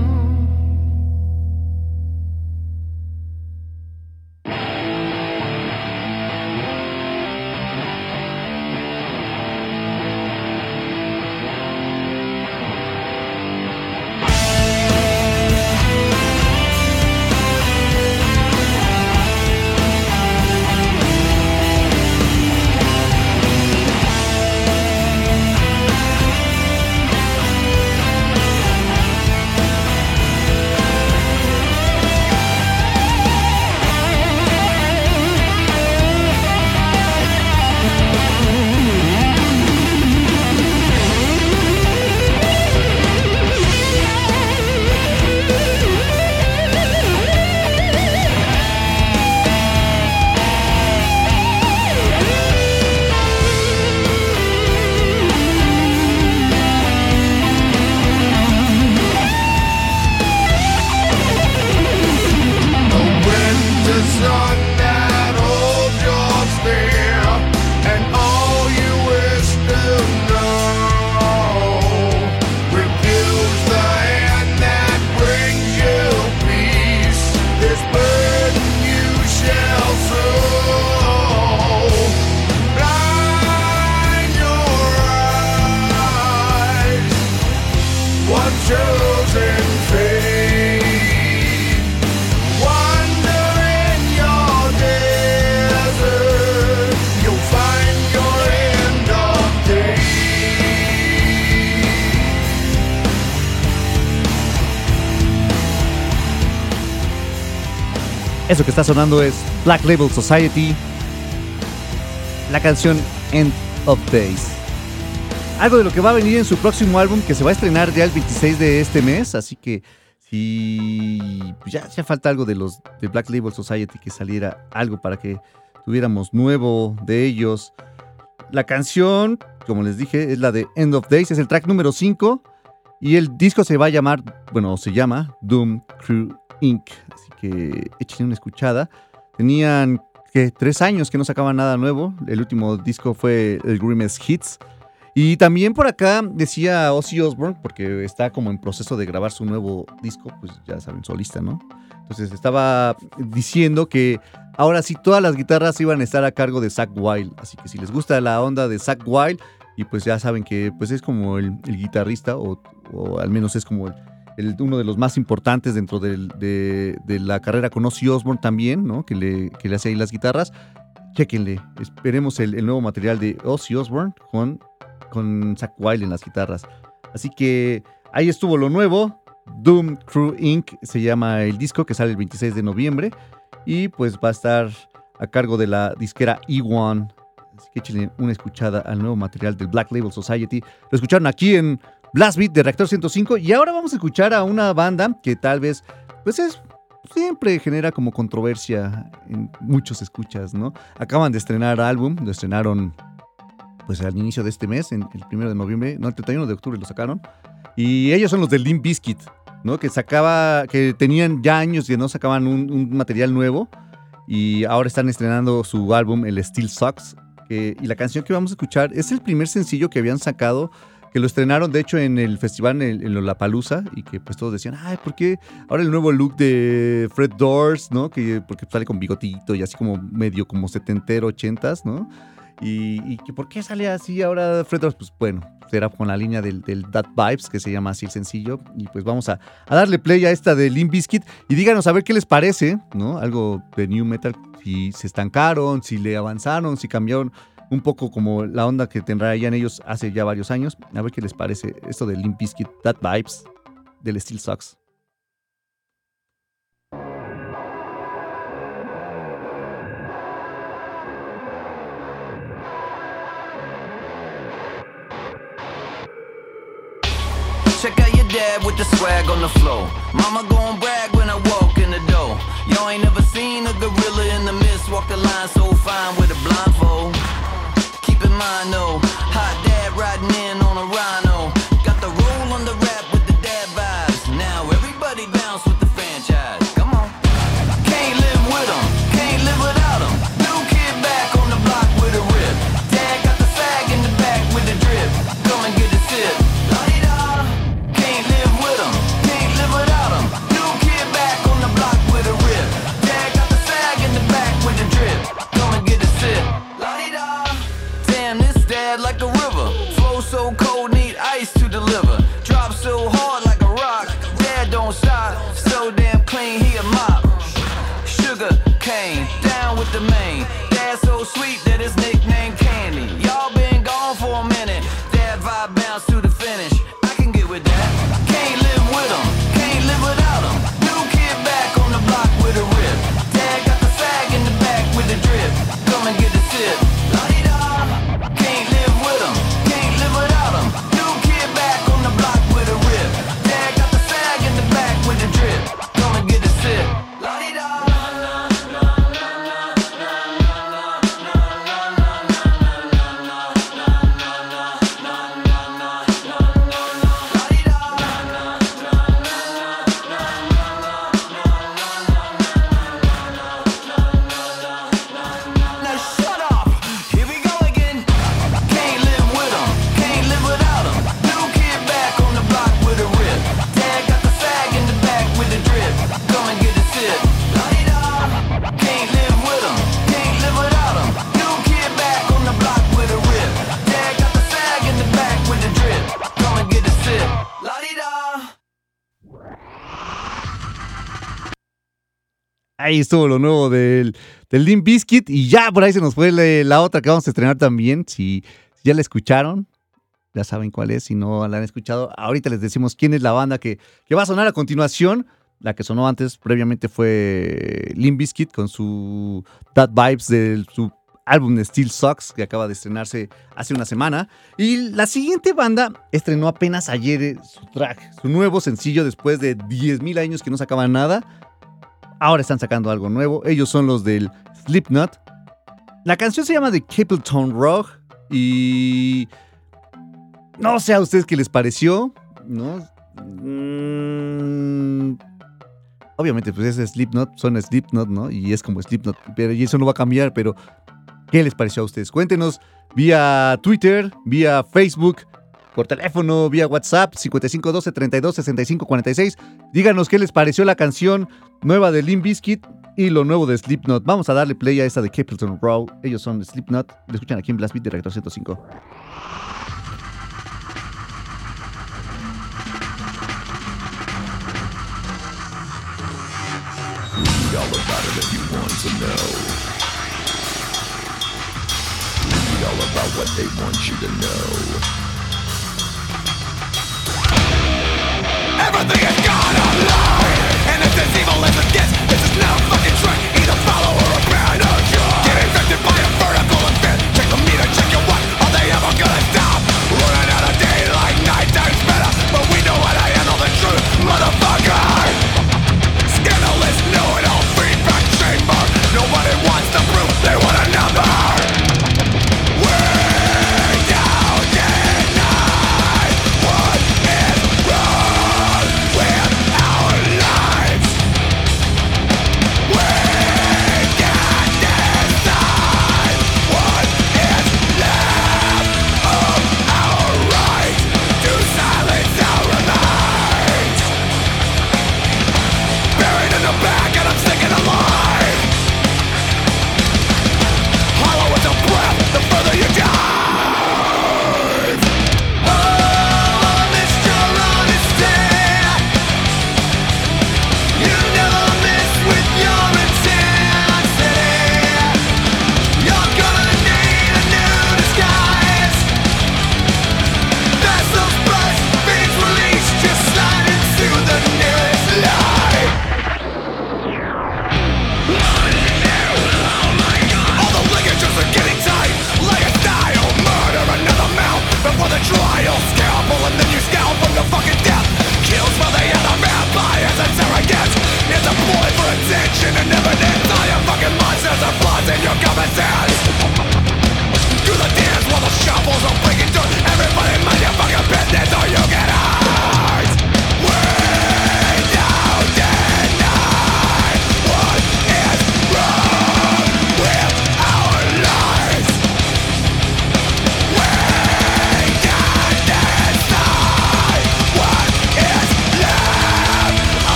Chosen fate. Wander in your desert, you'll find your end of days. Eso que está sonando es Black Label Society, la canción End of Days. Algo de lo que va a venir en su próximo álbum, que se va a estrenar ya el veintiséis de este mes, así que si pues ya, ya falta algo de los de Black Label Society, que saliera algo para que tuviéramos nuevo de ellos. La canción, como les dije, es la de End of Days, es el track número cinco y el disco se va a llamar, bueno, se llama Doom Crew incorporated. Así que echen una escuchada. Tenían que tres años que no sacaban nada nuevo. El último disco fue el Grimmest Hits. Y también por acá decía Ozzy Osbourne, porque está como en proceso de grabar su nuevo disco, pues ya saben, solista, ¿no? Entonces estaba diciendo que ahora sí todas las guitarras iban a estar a cargo de Zakk Wylde. Así que si les gusta la onda de Zakk Wylde, y pues ya saben que pues es como el, el guitarrista, o, o al menos es como el, el, uno de los más importantes dentro del, de, de la carrera con Ozzy Osbourne también, ¿no? Que le, que le hace ahí las guitarras. Chéquenle, esperemos el, el nuevo material de Ozzy Osbourne con con Zakk Wylde en las guitarras. Así que ahí estuvo lo nuevo. Doom Crew incorporated se llama el disco, que sale el veintiséis de noviembre. Y pues va a estar a cargo de la disquera E uno. Así que échenle una escuchada al nuevo material del Black Label Society. Lo escucharon aquí en Blast Beat de Reactor ciento cinco. Y ahora vamos a escuchar a una banda que tal vez, pues es, siempre genera como controversia en muchos escuchas, ¿no? Acaban de estrenar álbum, lo estrenaron pues al inicio de este mes, en el primero de noviembre, no, el treinta y uno de octubre lo sacaron. Y ellos son los de Limp Bizkit, ¿no? Que sacaba, que tenían ya años que no sacaban un, un material nuevo. Y ahora están estrenando su álbum, el Still Sucks. Que, y la canción que vamos a escuchar es el primer sencillo que habían sacado, que lo estrenaron de hecho en el festival en, en Lollapalooza, y que pues todos decían, ay, ¿por qué ahora el nuevo look de Fred Durst, ¿no? Que porque sale con bigotito y así como medio como setentero, ochentas, ¿no? Y, y que ¿por qué sale así ahora Fred Durst? Pues bueno, será con la línea del, del That Vibes, que se llama así el sencillo. Y pues vamos a, a darle play a esta de Limp Bizkit y díganos a ver qué les parece, ¿no? Algo de New Metal, si se estancaron, si le avanzaron, si cambiaron un poco como la onda que tendrían ellos hace ya varios años. A ver qué les parece esto de Limp Bizkit, That Vibes, del Still Sucks. Check out your dad with the swag on the floor. Mama gon' brag when I walk in the door. Y'all ain't never seen a gorilla in the mist walk the line so fine with a blindfold. Keep in mind though, hot dad riding in on a rhino. Got the roll on the rap with the dad vibes. Now everybody bounce with the franchise. Come on. Can't live with them, can't live without them. New kid back on the block with a rip. Dad got the fag in the back with the drip. Come and get a sip. Like a river, flow so cold, need ice to deliver. Drop so hard like a rock, dad don't stop. So damn clean, he a mop. Sugar cane, down with the main. Dad so sweet that his nickname Candy. Y'all been gone for a minute, dad vibe bounce to the finish. I can get with that. Can't live with him, can't live without him. New kid back on the block with a rip. Dad got the fag in the back with the drip. Come and get a sip. Ahí estuvo lo nuevo del, del Limp Bizkit. Y ya por ahí se nos fue la, la otra que vamos a estrenar también. Si, si ya la escucharon, ya saben cuál es. Si no la han escuchado, ahorita les decimos quién es la banda que, que va a sonar a continuación. La que sonó antes, previamente, fue Limp Bizkit con su That Vibes de su álbum de Still Sucks, que acaba de estrenarse hace una semana. Y la siguiente banda estrenó apenas ayer su track, su nuevo sencillo después de diez mil años que no sacaban nada. Ahora están sacando algo nuevo. Ellos son los del Slipknot. La canción se llama The Capleton Rock. Y no sé a ustedes qué les pareció, ¿no? Mm, obviamente, pues es Slipknot, son Slipknot, ¿no? Y es como Slipknot, pero y eso no va a cambiar. Pero, ¿qué les pareció a ustedes? Cuéntenos vía Twitter, vía Facebook, por teléfono, vía WhatsApp, cincuenta y cinco doce treinta y dos sesenta y cinco cuarenta y seis. Díganos qué les pareció la canción nueva de Limp Bizkit y lo nuevo de Slipknot. Vamos a darle play a esta de Capleton Row. Ellos son Slipknot. Lo escuchan aquí en Blast Beat de Reactor ciento cinco. Read all about it if you want to know. Read all about what they want you to know.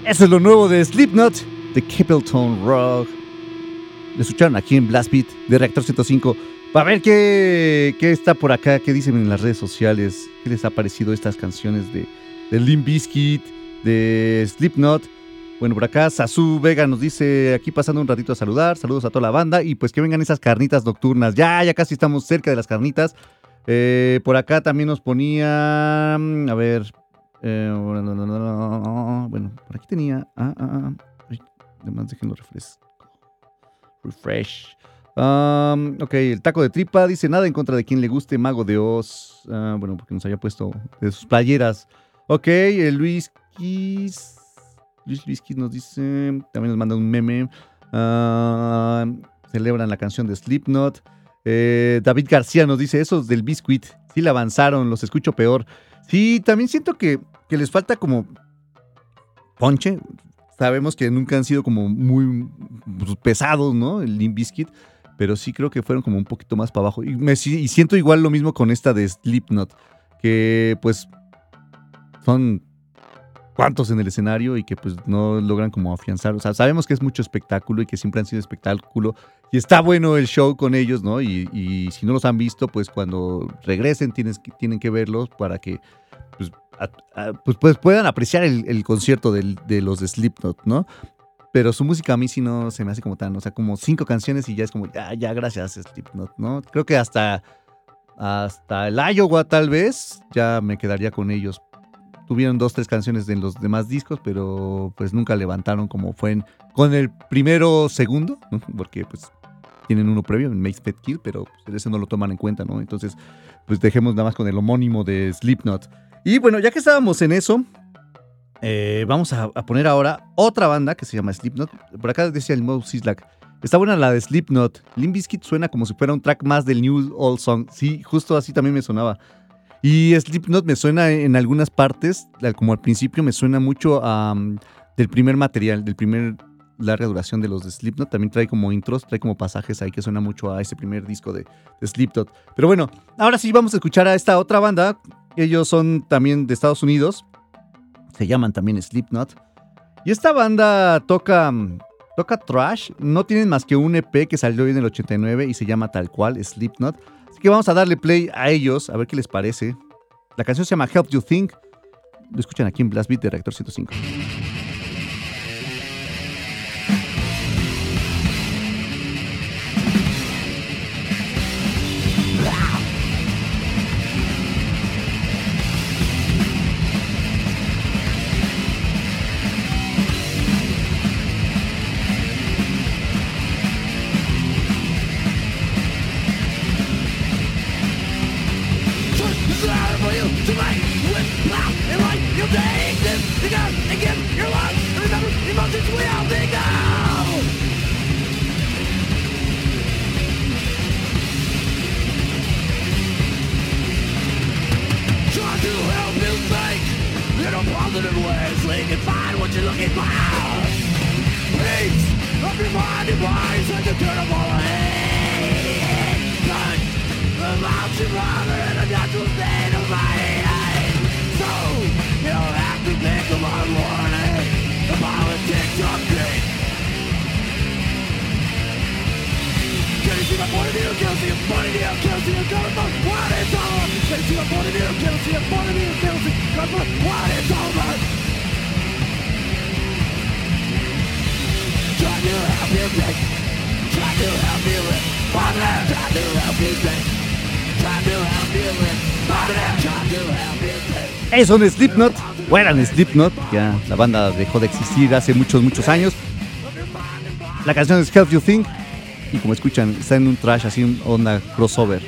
Eso es lo nuevo de Slipknot, de Capleton Rock. Lo escucharon aquí en Blast Beat de Reactor ciento cinco. Para ver qué, qué está por acá, qué dicen en las redes sociales, qué les ha parecido estas canciones de, de Limp Bizkit, de Slipknot. Bueno, por acá Sasu Vega nos dice, aquí pasando un ratito a saludar, saludos a toda la banda y pues que vengan esas carnitas nocturnas. Ya, ya casi estamos cerca de las carnitas. Eh, por acá también nos ponía, a ver, eh, bueno, por aquí tenía, ah, ah, ah, ay, además déjenlo refresh. Refresh. Um, ok, el taco de tripa dice nada en contra de quien le guste Mago de Oz. Uh, bueno, porque nos había puesto de sus playeras. Ok, el Luis Kiss. Luis Luis Kiss nos dice. También nos manda un meme. Uh, celebran la canción de Slipknot. Eh, David García nos dice: esos del Biscuit, sí la avanzaron, los escucho peor. Sí, también siento que, que les falta como ponche. Sabemos que nunca han sido como muy pesados, ¿no? El Limp Bizkit. Pero sí creo que fueron como un poquito más para abajo. Y, me, y siento igual lo mismo con esta de Slipknot, que pues son cuantos en el escenario y que pues no logran como afianzar. O sea, sabemos que es mucho espectáculo y que siempre han sido espectáculo. Y está bueno el show con ellos, ¿no? Y, y si no los han visto, pues cuando regresen tienes, tienen que verlos para que pues, a, a, pues, pues puedan apreciar el, el concierto del, de los de Slipknot, ¿no? Pero su música a mí sí no se me hace como tan, o sea, como cinco canciones y ya es como, ya, ya, gracias, Slipknot, ¿no? Creo que hasta, hasta el Iowa tal vez ya me quedaría con ellos. Tuvieron dos, tres canciones de los demás discos, pero pues nunca levantaron como fue en, con el primero, segundo, ¿no? Porque pues tienen uno previo, en Make Fed Kill, pero pues, ese no lo toman en cuenta, ¿no? Entonces, pues dejemos nada más con el homónimo de Slipknot. Y bueno, ya que estábamos en eso, Eh, vamos a, a poner ahora otra banda que se llama Slipknot. Por acá decía el Mo Sislak. Está buena la de Slipknot. Limp Bizkit suena como si fuera un track más del New Old Song. Sí, justo así también me sonaba. Y Slipknot me suena en algunas partes, como al principio me suena mucho um, del primer material, del primer larga duración de los de Slipknot. También trae como intros, trae como pasajes ahí que suena mucho a ese primer disco de, de Slipknot. Pero bueno, ahora sí vamos a escuchar a esta otra banda. Ellos son también de Estados Unidos. Se llaman también Slipknot. Y esta banda toca, toca thrash. No tienen más que un E P que salió en el ochenta y nueve y se llama tal cual, Slipknot. Así que vamos a darle play a ellos, a ver qué les parece. La canción se llama Help You Think. Lo escuchan aquí en Blast Beat de Reactor ciento cinco. Eso son Slipknot, o eran Slipknot, ya la banda dejó de existir hace muchos, muchos años. La canción es Help You Think, y como escuchan, está en un thrash así, un onda crossover.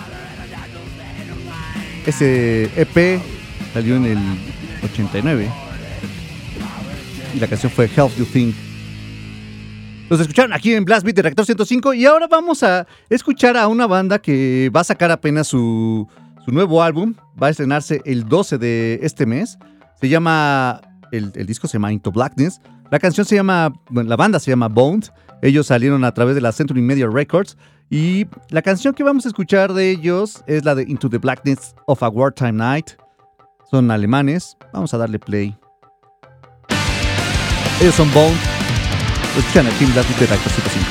Ese E P salió en el ochenta y nueve, y la canción fue Help You Think. Los escucharon aquí en Blast Beat de Reactor ciento cinco, y ahora vamos a escuchar a una banda que va a sacar apenas su... Su nuevo álbum va a estrenarse el doce de este mes. Se llama, el, el disco se llama Into Blackness. La canción se llama, bueno, la banda se llama Boned. Ellos salieron a través de la Century Media Records. Y la canción que vamos a escuchar de ellos es la de Into the Blackness of a Wartime Night. Son alemanes. Vamos a darle play. Ellos son Bone. Lo escuchan aquí en Blast Beat de Reactor ciento cinco.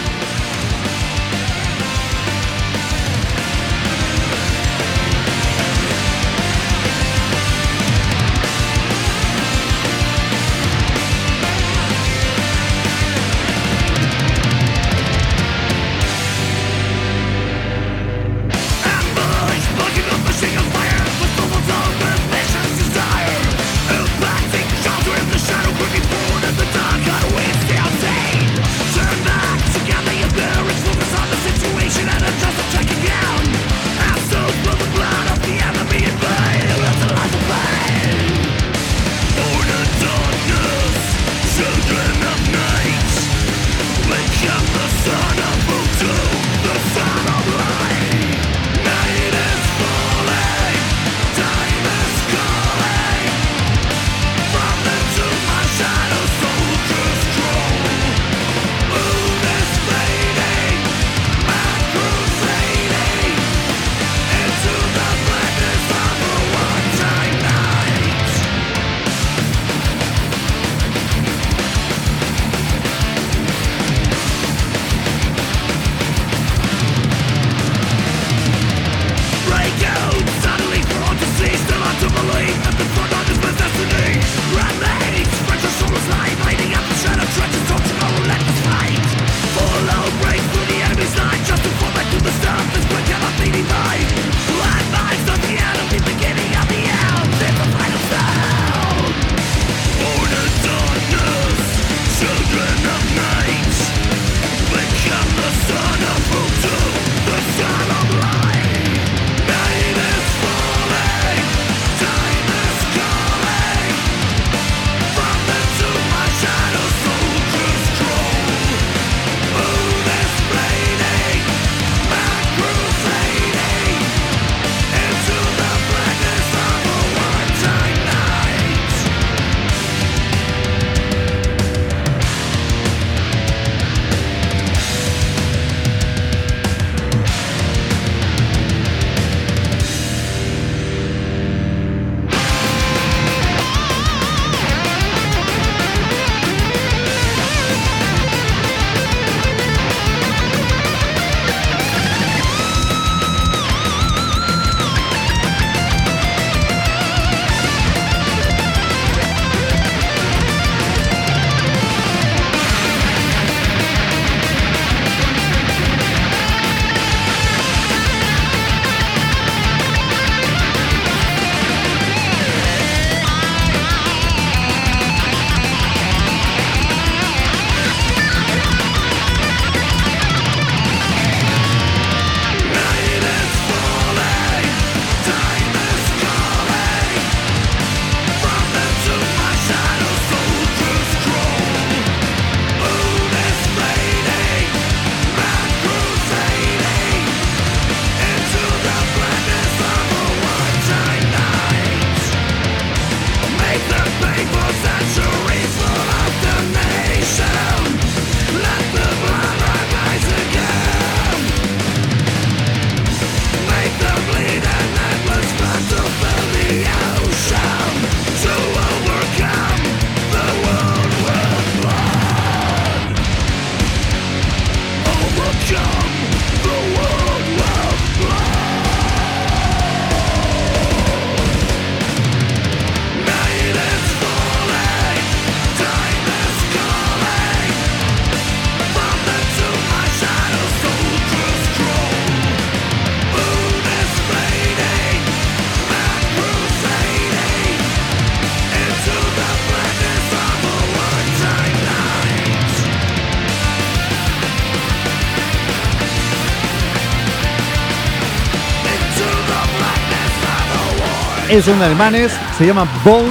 Ellos son alemanes, se llaman Bone.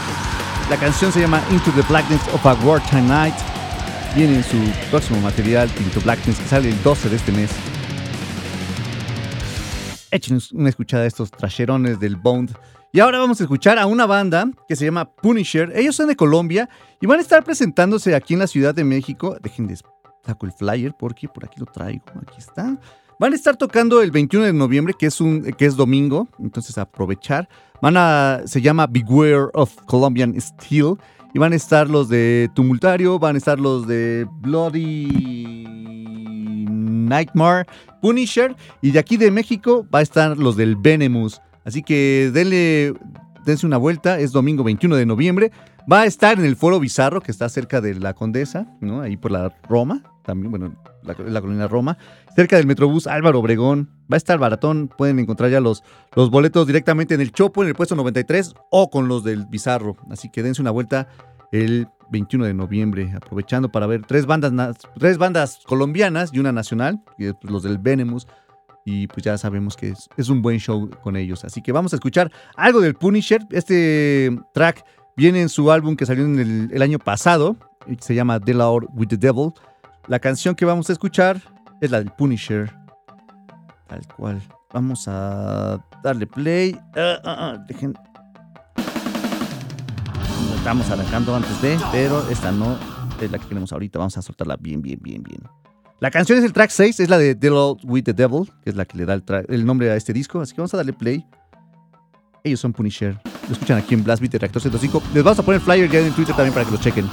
La canción se llama Into the Blackness of a Wartime Night. Viene en su próximo material, Into Blackness, que sale el doce de este mes. Echen una escuchada a estos trasherones del Bone. Y ahora vamos a escuchar a una banda que se llama Punisher. Ellos son de Colombia y van a estar presentándose aquí en la Ciudad de México. Déjenles saco el flyer porque por aquí lo traigo. Aquí está. Van a estar tocando el veintiuno de noviembre, que es un que es domingo, entonces aprovechar. Van a se llama Beware of Colombian Steel y y van a estar los de Tumultario, van a estar los de Bloody Nightmare, Punisher, y de aquí de México va a estar los del Venomous. Así que denle, dense una vuelta, es domingo veintiuno de noviembre. Va a estar en el Foro Bizarro, que está cerca de la Condesa, ¿no? Ahí por la Roma, también, bueno, la, la colonia Roma, cerca del Metrobús Álvaro Obregón. Va a estar baratón, pueden encontrar ya los, los boletos directamente en el Chopo, en el puesto noventa y tres, o con los del Bizarro. Así que dense una vuelta el veintiuno de noviembre, aprovechando para ver tres bandas, tres bandas colombianas y una nacional, y los del Venomous. Y pues ya sabemos que es, es un buen show con ellos. Así que vamos a escuchar algo del Punisher. Este track viene en su álbum que salió en el, el año pasado, y se llama The Lord with the Devil. La canción que vamos a escuchar es la del Punisher, tal cual. Vamos a darle play. Uh, uh, uh, dejen. Estamos arrancando antes de, pero esta no es la que queremos ahorita. Vamos a soltarla bien, bien, bien, bien. La canción es el track seis, es la de The Lord with the Devil, que es la que le da el, tra- el nombre a este disco. Así que vamos a darle play. Ellos son Punisher. Lo escuchan aquí en Blast Beat de Reactor ciento cinco. Les vamos a poner flyer ya en Twitter también para que lo chequen.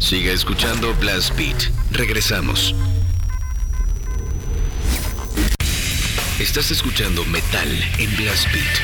Siga escuchando Blast Beat. Regresamos. Estás escuchando Metal en Blast Beat.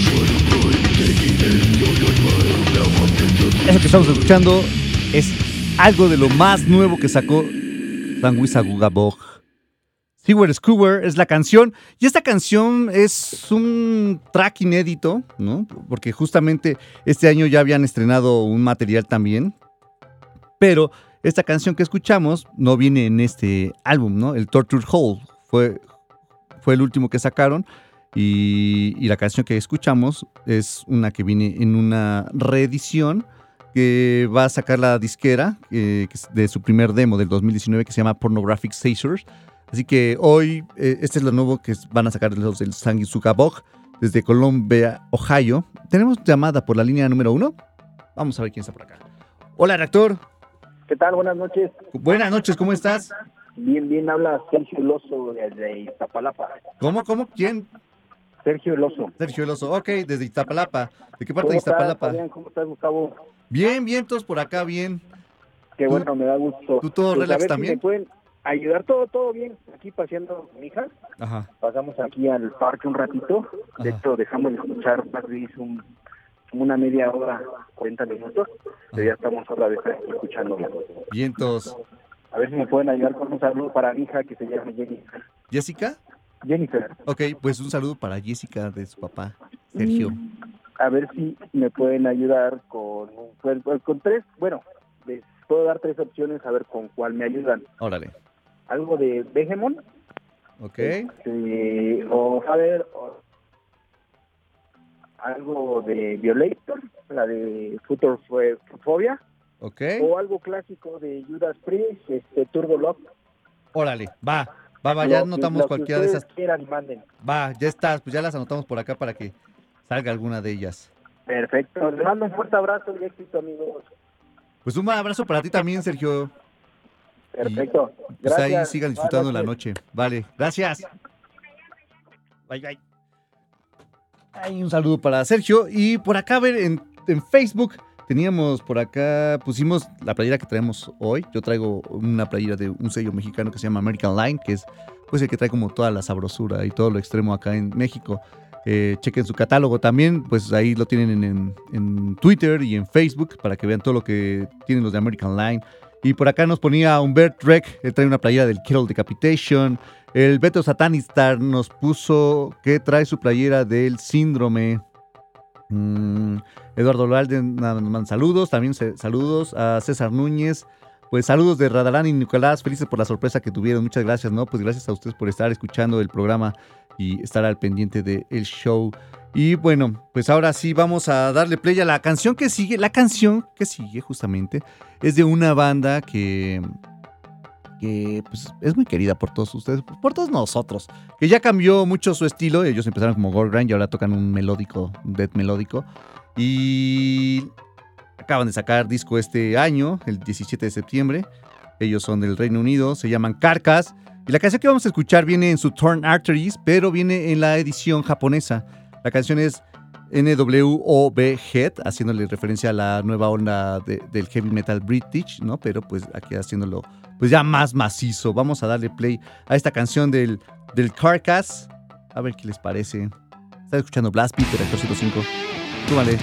Eso que estamos escuchando es algo de lo más nuevo que sacó Sangwisa Gugabog. Sewer Skewer es la canción, y esta canción es un track inédito, ¿no? Porque justamente este año ya habían estrenado un material también, pero esta canción que escuchamos no viene en este álbum, ¿no? El Torture Hole fue, fue el último que sacaron, y, y la canción que escuchamos es una que viene en una reedición que va a sacar la disquera eh, que es de su primer demo del dos mil diecinueve, que se llama Pornographic Seizures. Así que hoy, eh, este es lo nuevo que van a sacar los del Sangwisa Gugabog desde Columbia, Ohio. Tenemos llamada por la línea número uno. Vamos a ver quién está por acá. Hola, reactor. ¿Qué tal? Buenas noches. Buenas noches, ¿cómo estás? Bien, bien, habla Sergio El Oso desde Iztapalapa. ¿Cómo, cómo? ¿Quién? Sergio El Oso. Sergio El Oso, ok, desde Iztapalapa. ¿De qué parte ¿Cómo de Iztapalapa? Estás, ¿Cómo estás, Gustavo? Bien, bien, todos por acá, bien. Qué ¿Tú, bueno, me da gusto. ¿Tú todo pues relax a ver también? Si me pueden ayudar, todo, todo bien. Aquí paseando con mi hija. Ajá. Pasamos aquí al parque un ratito. De Ajá. hecho, dejamos de escuchar más bien un, una media hora, cuarenta minutos. Pero ya estamos otra vez aquí escuchándola. Vientos. A ver si me pueden ayudar con un saludo para mi hija que se llama Jennifer. ¿Jessica? Jennifer. Ok, pues un saludo para Jessica de su papá, Sergio. A ver si me pueden ayudar con, con, con tres, bueno, les puedo dar tres opciones a ver con cuál me ayudan. Órale. Algo de Behemoth. Ok. Este, o a ver, o, algo de Violator, la de Futurophobia. Ok. O algo clásico de Judas Priest, este, Turbo Love. Órale, va, va, va, ya Lo que- anotamos lo que cualquiera de ustedes esas. quieran y manden. Va, ya está, pues ya las anotamos por acá para que salga alguna de ellas. Perfecto, les mando un fuerte abrazo y éxito, amigos. Pues un abrazo para ti también, Sergio. Perfecto. Pues Gracias. ahí sigan disfrutando Buenas la noches. noche. Vale, gracias. Bye, bye. Hay un saludo para Sergio. Y por acá, a ver, en, en Facebook teníamos por acá, pusimos la playera que traemos hoy. Yo traigo una playera de un sello mexicano que se llama American Line, que es pues el que trae como toda la sabrosura y todo lo extremo acá en México. Eh, chequen su catálogo también, pues ahí lo tienen en, en, en Twitter y en Facebook para que vean todo lo que tienen los de American Line. Y por acá nos ponía Humbert Rec, él trae una playera del Kettle Decapitation. El Beto Satanistar nos puso que trae su playera del Síndrome. Mm, Eduardo Lalde, nada más saludos, también se, saludos a César Núñez. Pues saludos de Radalán y Nicolás, felices por la sorpresa que tuvieron, muchas gracias, ¿no? Pues gracias a ustedes por estar escuchando el programa y estar al pendiente del show. Y bueno, pues ahora sí vamos a darle play a la canción que sigue. La canción que sigue justamente es de una banda que, que pues, es muy querida por todos ustedes, por todos nosotros, que ya cambió mucho su estilo. Ellos empezaron como Gore Grind y ahora tocan un melódico, un death melódico. Y acaban de sacar disco este año, el diecisiete de septiembre. Ellos son del Reino Unido, se llaman Carcass. Y la canción que vamos a escuchar viene en su Torn Arteries, pero viene en la edición japonesa. La canción es N W O B Head, haciéndole referencia a la nueva onda de, del heavy metal british, ¿no? Pero pues aquí haciéndolo pues ya más macizo. Vamos a darle play a esta canción del, del Carcass. A ver qué les parece. Están escuchando Blast Beat de Reactor ciento cinco. Súbale.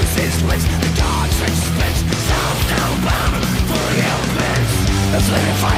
Let's live it fire.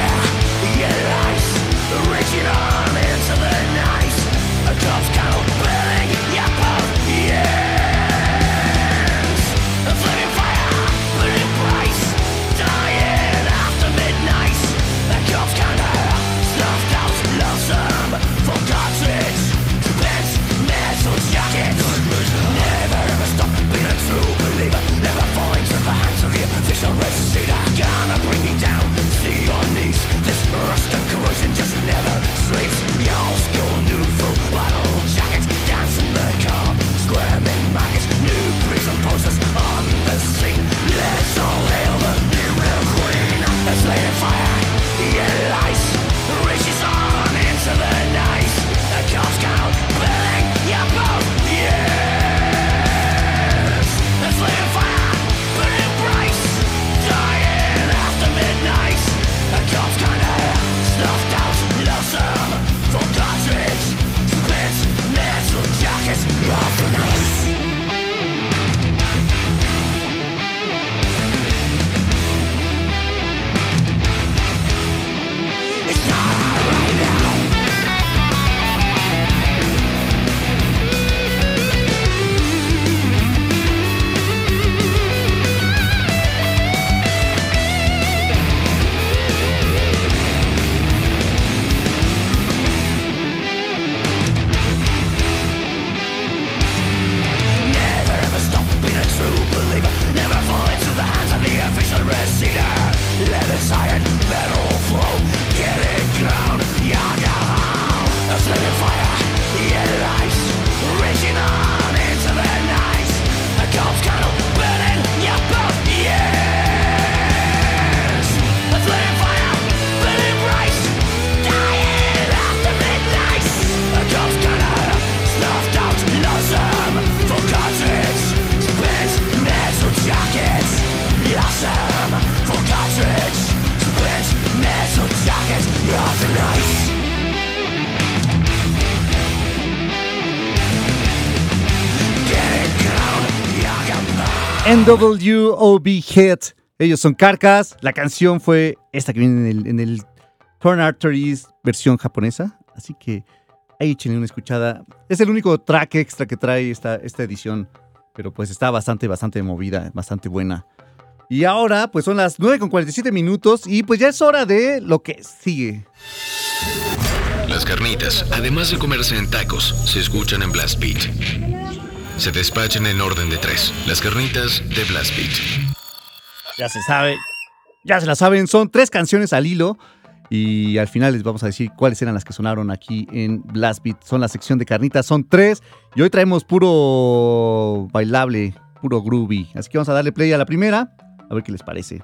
N W O B Hit. Ellos son Carcass. La canción fue esta que viene en el, en el Torn Arteries versión japonesa. Así que ahí échenle una escuchada. Es el único track extra que trae esta, esta edición. Pero pues está bastante, bastante movida, bastante buena. Y ahora pues son las nueve con cuarenta y siete minutos y pues ya es hora de lo que sigue. Las carnitas, además de comerse en tacos, se escuchan en Blast Beat. Se despachan en orden de tres. Las carnitas de Blast Beat. Ya se sabe, ya se la saben, son tres canciones al hilo. Y al final les vamos a decir cuáles eran las que sonaron aquí en Blast Beat. Son la sección de carnitas, son tres. Y hoy traemos puro bailable, puro groovy. Así que vamos a darle play a la primera, a ver qué les parece.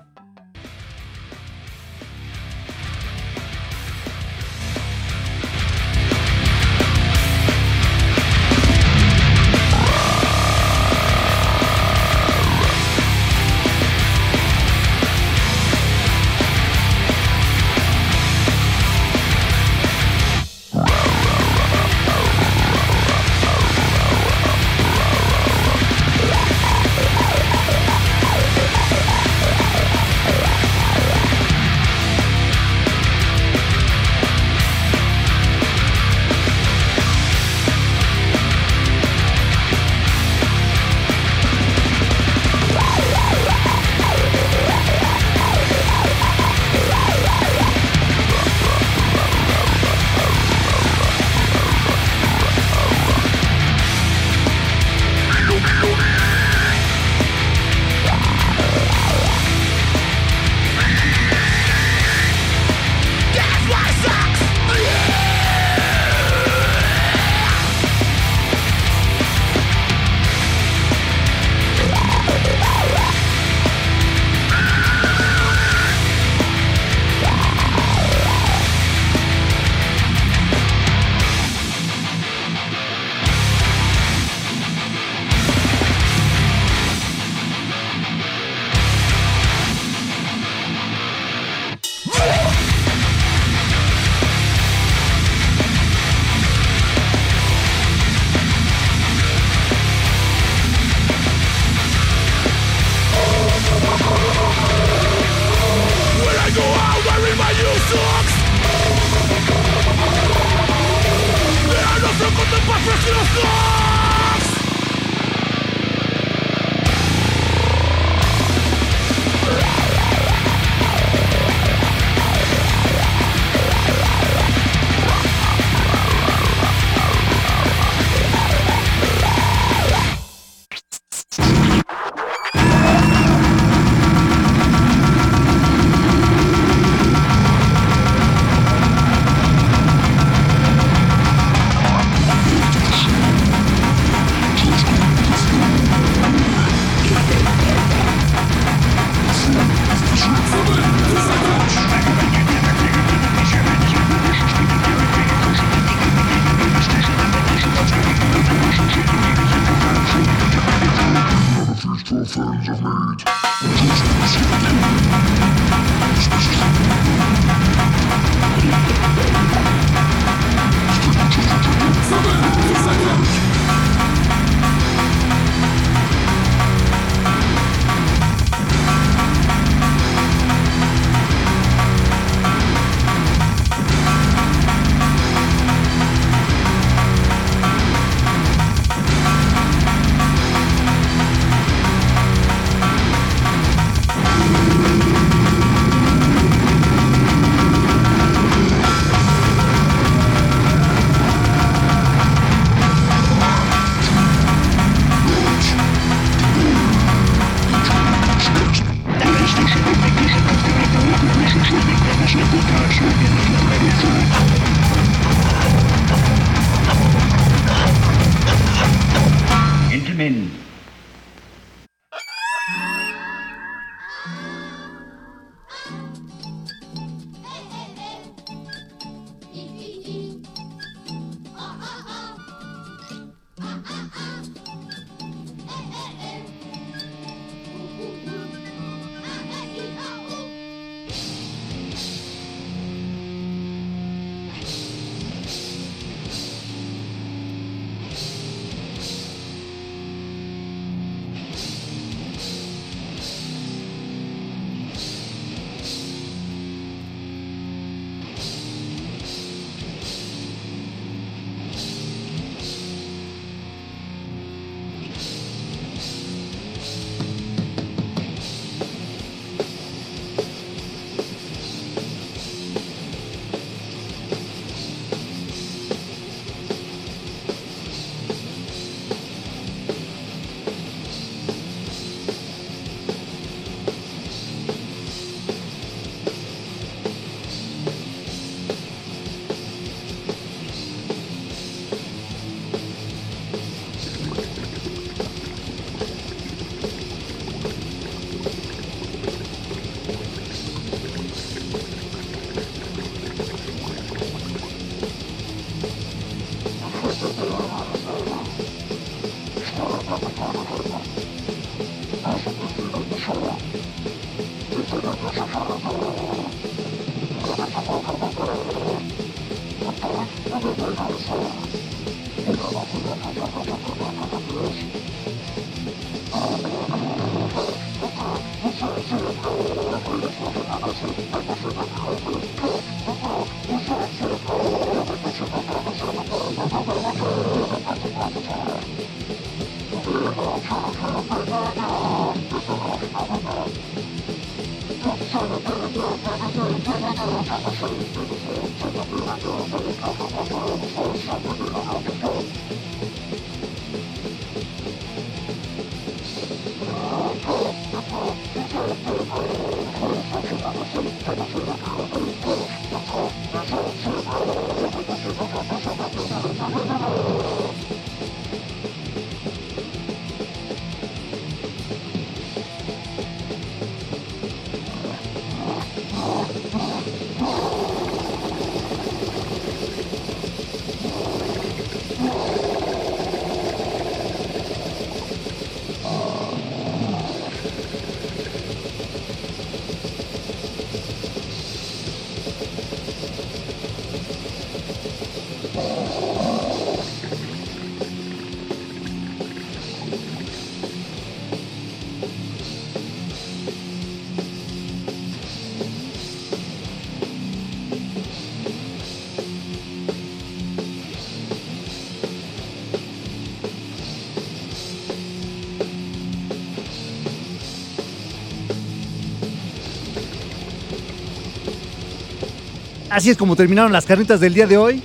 Así es como terminaron las carnitas del día de hoy.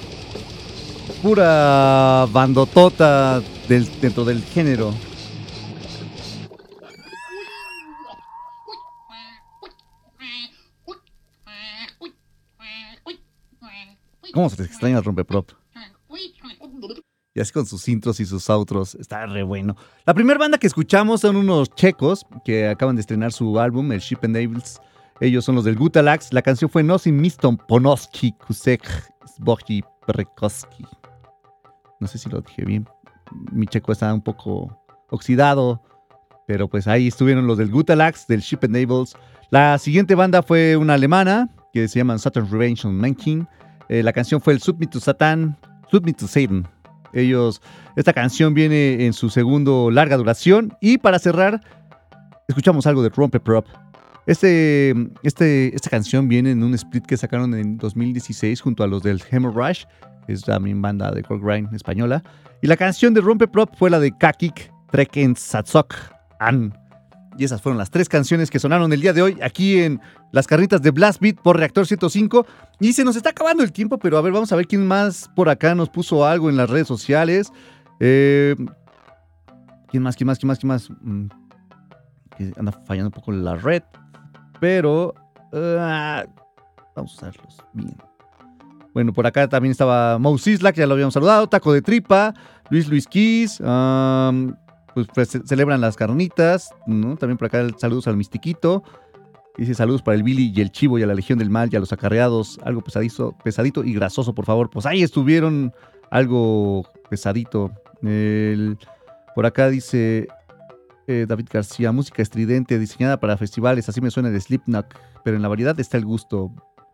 Pura bandotota del, dentro del género. ¿Cómo se te extraña el rompeprop? Y así con sus intros y sus outros. Está re bueno. La primera banda que escuchamos son unos checos que acaban de estrenar su álbum, el Ship and Devils. Ellos son los del Gutalax. La canción fue Nosim Miston Ponoski Kusek Zboji Prekoski. No sé si lo dije bien. Mi checo está un poco oxidado. Pero pues ahí estuvieron los del Gutalax, del Ship and Devils. La siguiente banda fue una alemana que se llaman Saturn Revenge on Mankin. Eh, la canción fue el Submit to Satan, Submit to Satan. Ellos, esta canción viene en su segundo larga duración. Y para cerrar, escuchamos algo de Rompeprop. Este, este, esta canción viene en un split que sacaron en dos mil dieciséis junto a los del Hemorrhage, que es también banda de core grind española. Y la canción de Rompeprop fue la de Kakik Treken Satsok An. Y esas fueron las tres canciones que sonaron el día de hoy aquí en las carnitas de Blast Beat por Reactor ciento cinco. Y se nos está acabando el tiempo, pero a ver, vamos a ver quién más por acá nos puso algo en las redes sociales. Eh, ¿Quién más? ¿Quién más? ¿Quién más? ¿Quién más? Mm, que anda fallando un poco la red. Pero uh, vamos a usarlos bien. Bueno, por acá también estaba Mo Sislak, ya lo habíamos saludado. Taco de Tripa, Luis Luis Kiss. Um, pues, pues celebran las carnitas, ¿no? También por acá saludos al Mistiquito. Dice saludos para el Billy y el Chivo y a la Legión del Mal y a los acarreados. Algo pesadito, pesadito y grasoso, por favor. Pues ahí estuvieron algo pesadito. El, por acá dice... David García, música estridente diseñada para festivales, así me suena de Slipknot, pero en la variedad está el gusto.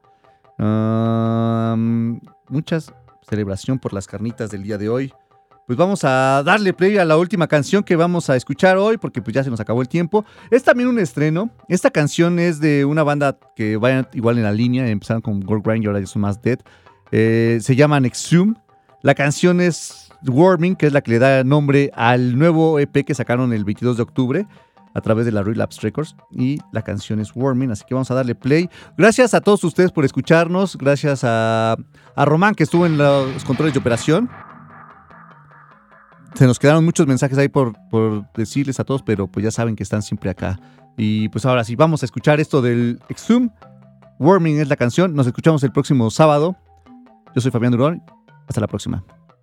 Um, muchas celebración por las carnitas del día de hoy. Pues vamos a darle play a la última canción que vamos a escuchar hoy, porque pues ya se nos acabó el tiempo. Es también un estreno. Esta canción es de una banda que vayan igual en la línea, empezaron con Gore Grind y ahora son más Dead. Eh, se llama Exhume. La canción es Warming, que es la que le da nombre al nuevo E P que sacaron el veintidós de octubre a través de la Relapse Records, y la canción es Warming, así que vamos a darle play. Gracias a todos ustedes por escucharnos, gracias a, a Román que estuvo en los controles de operación. Se nos quedaron muchos mensajes ahí por, por decirles a todos, pero pues ya saben que están siempre acá. Y pues ahora sí, vamos a escuchar esto del Exhume. Warming es la canción, nos escuchamos el próximo sábado. Yo soy Fabián Durón, hasta la próxima.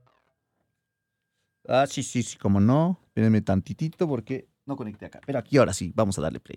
Ah, sí, sí, sí, como no. Espérenme tantitito porque no conecté acá. Pero aquí ahora sí, vamos a darle play.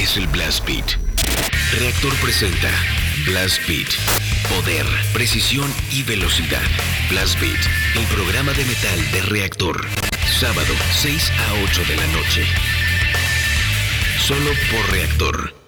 es el Blast Beat. Reactor presenta Blast Beat. Poder, precisión y velocidad. Blast Beat, el programa de metal de Reactor. Sábado, seis a ocho de la noche. Solo por Reactor.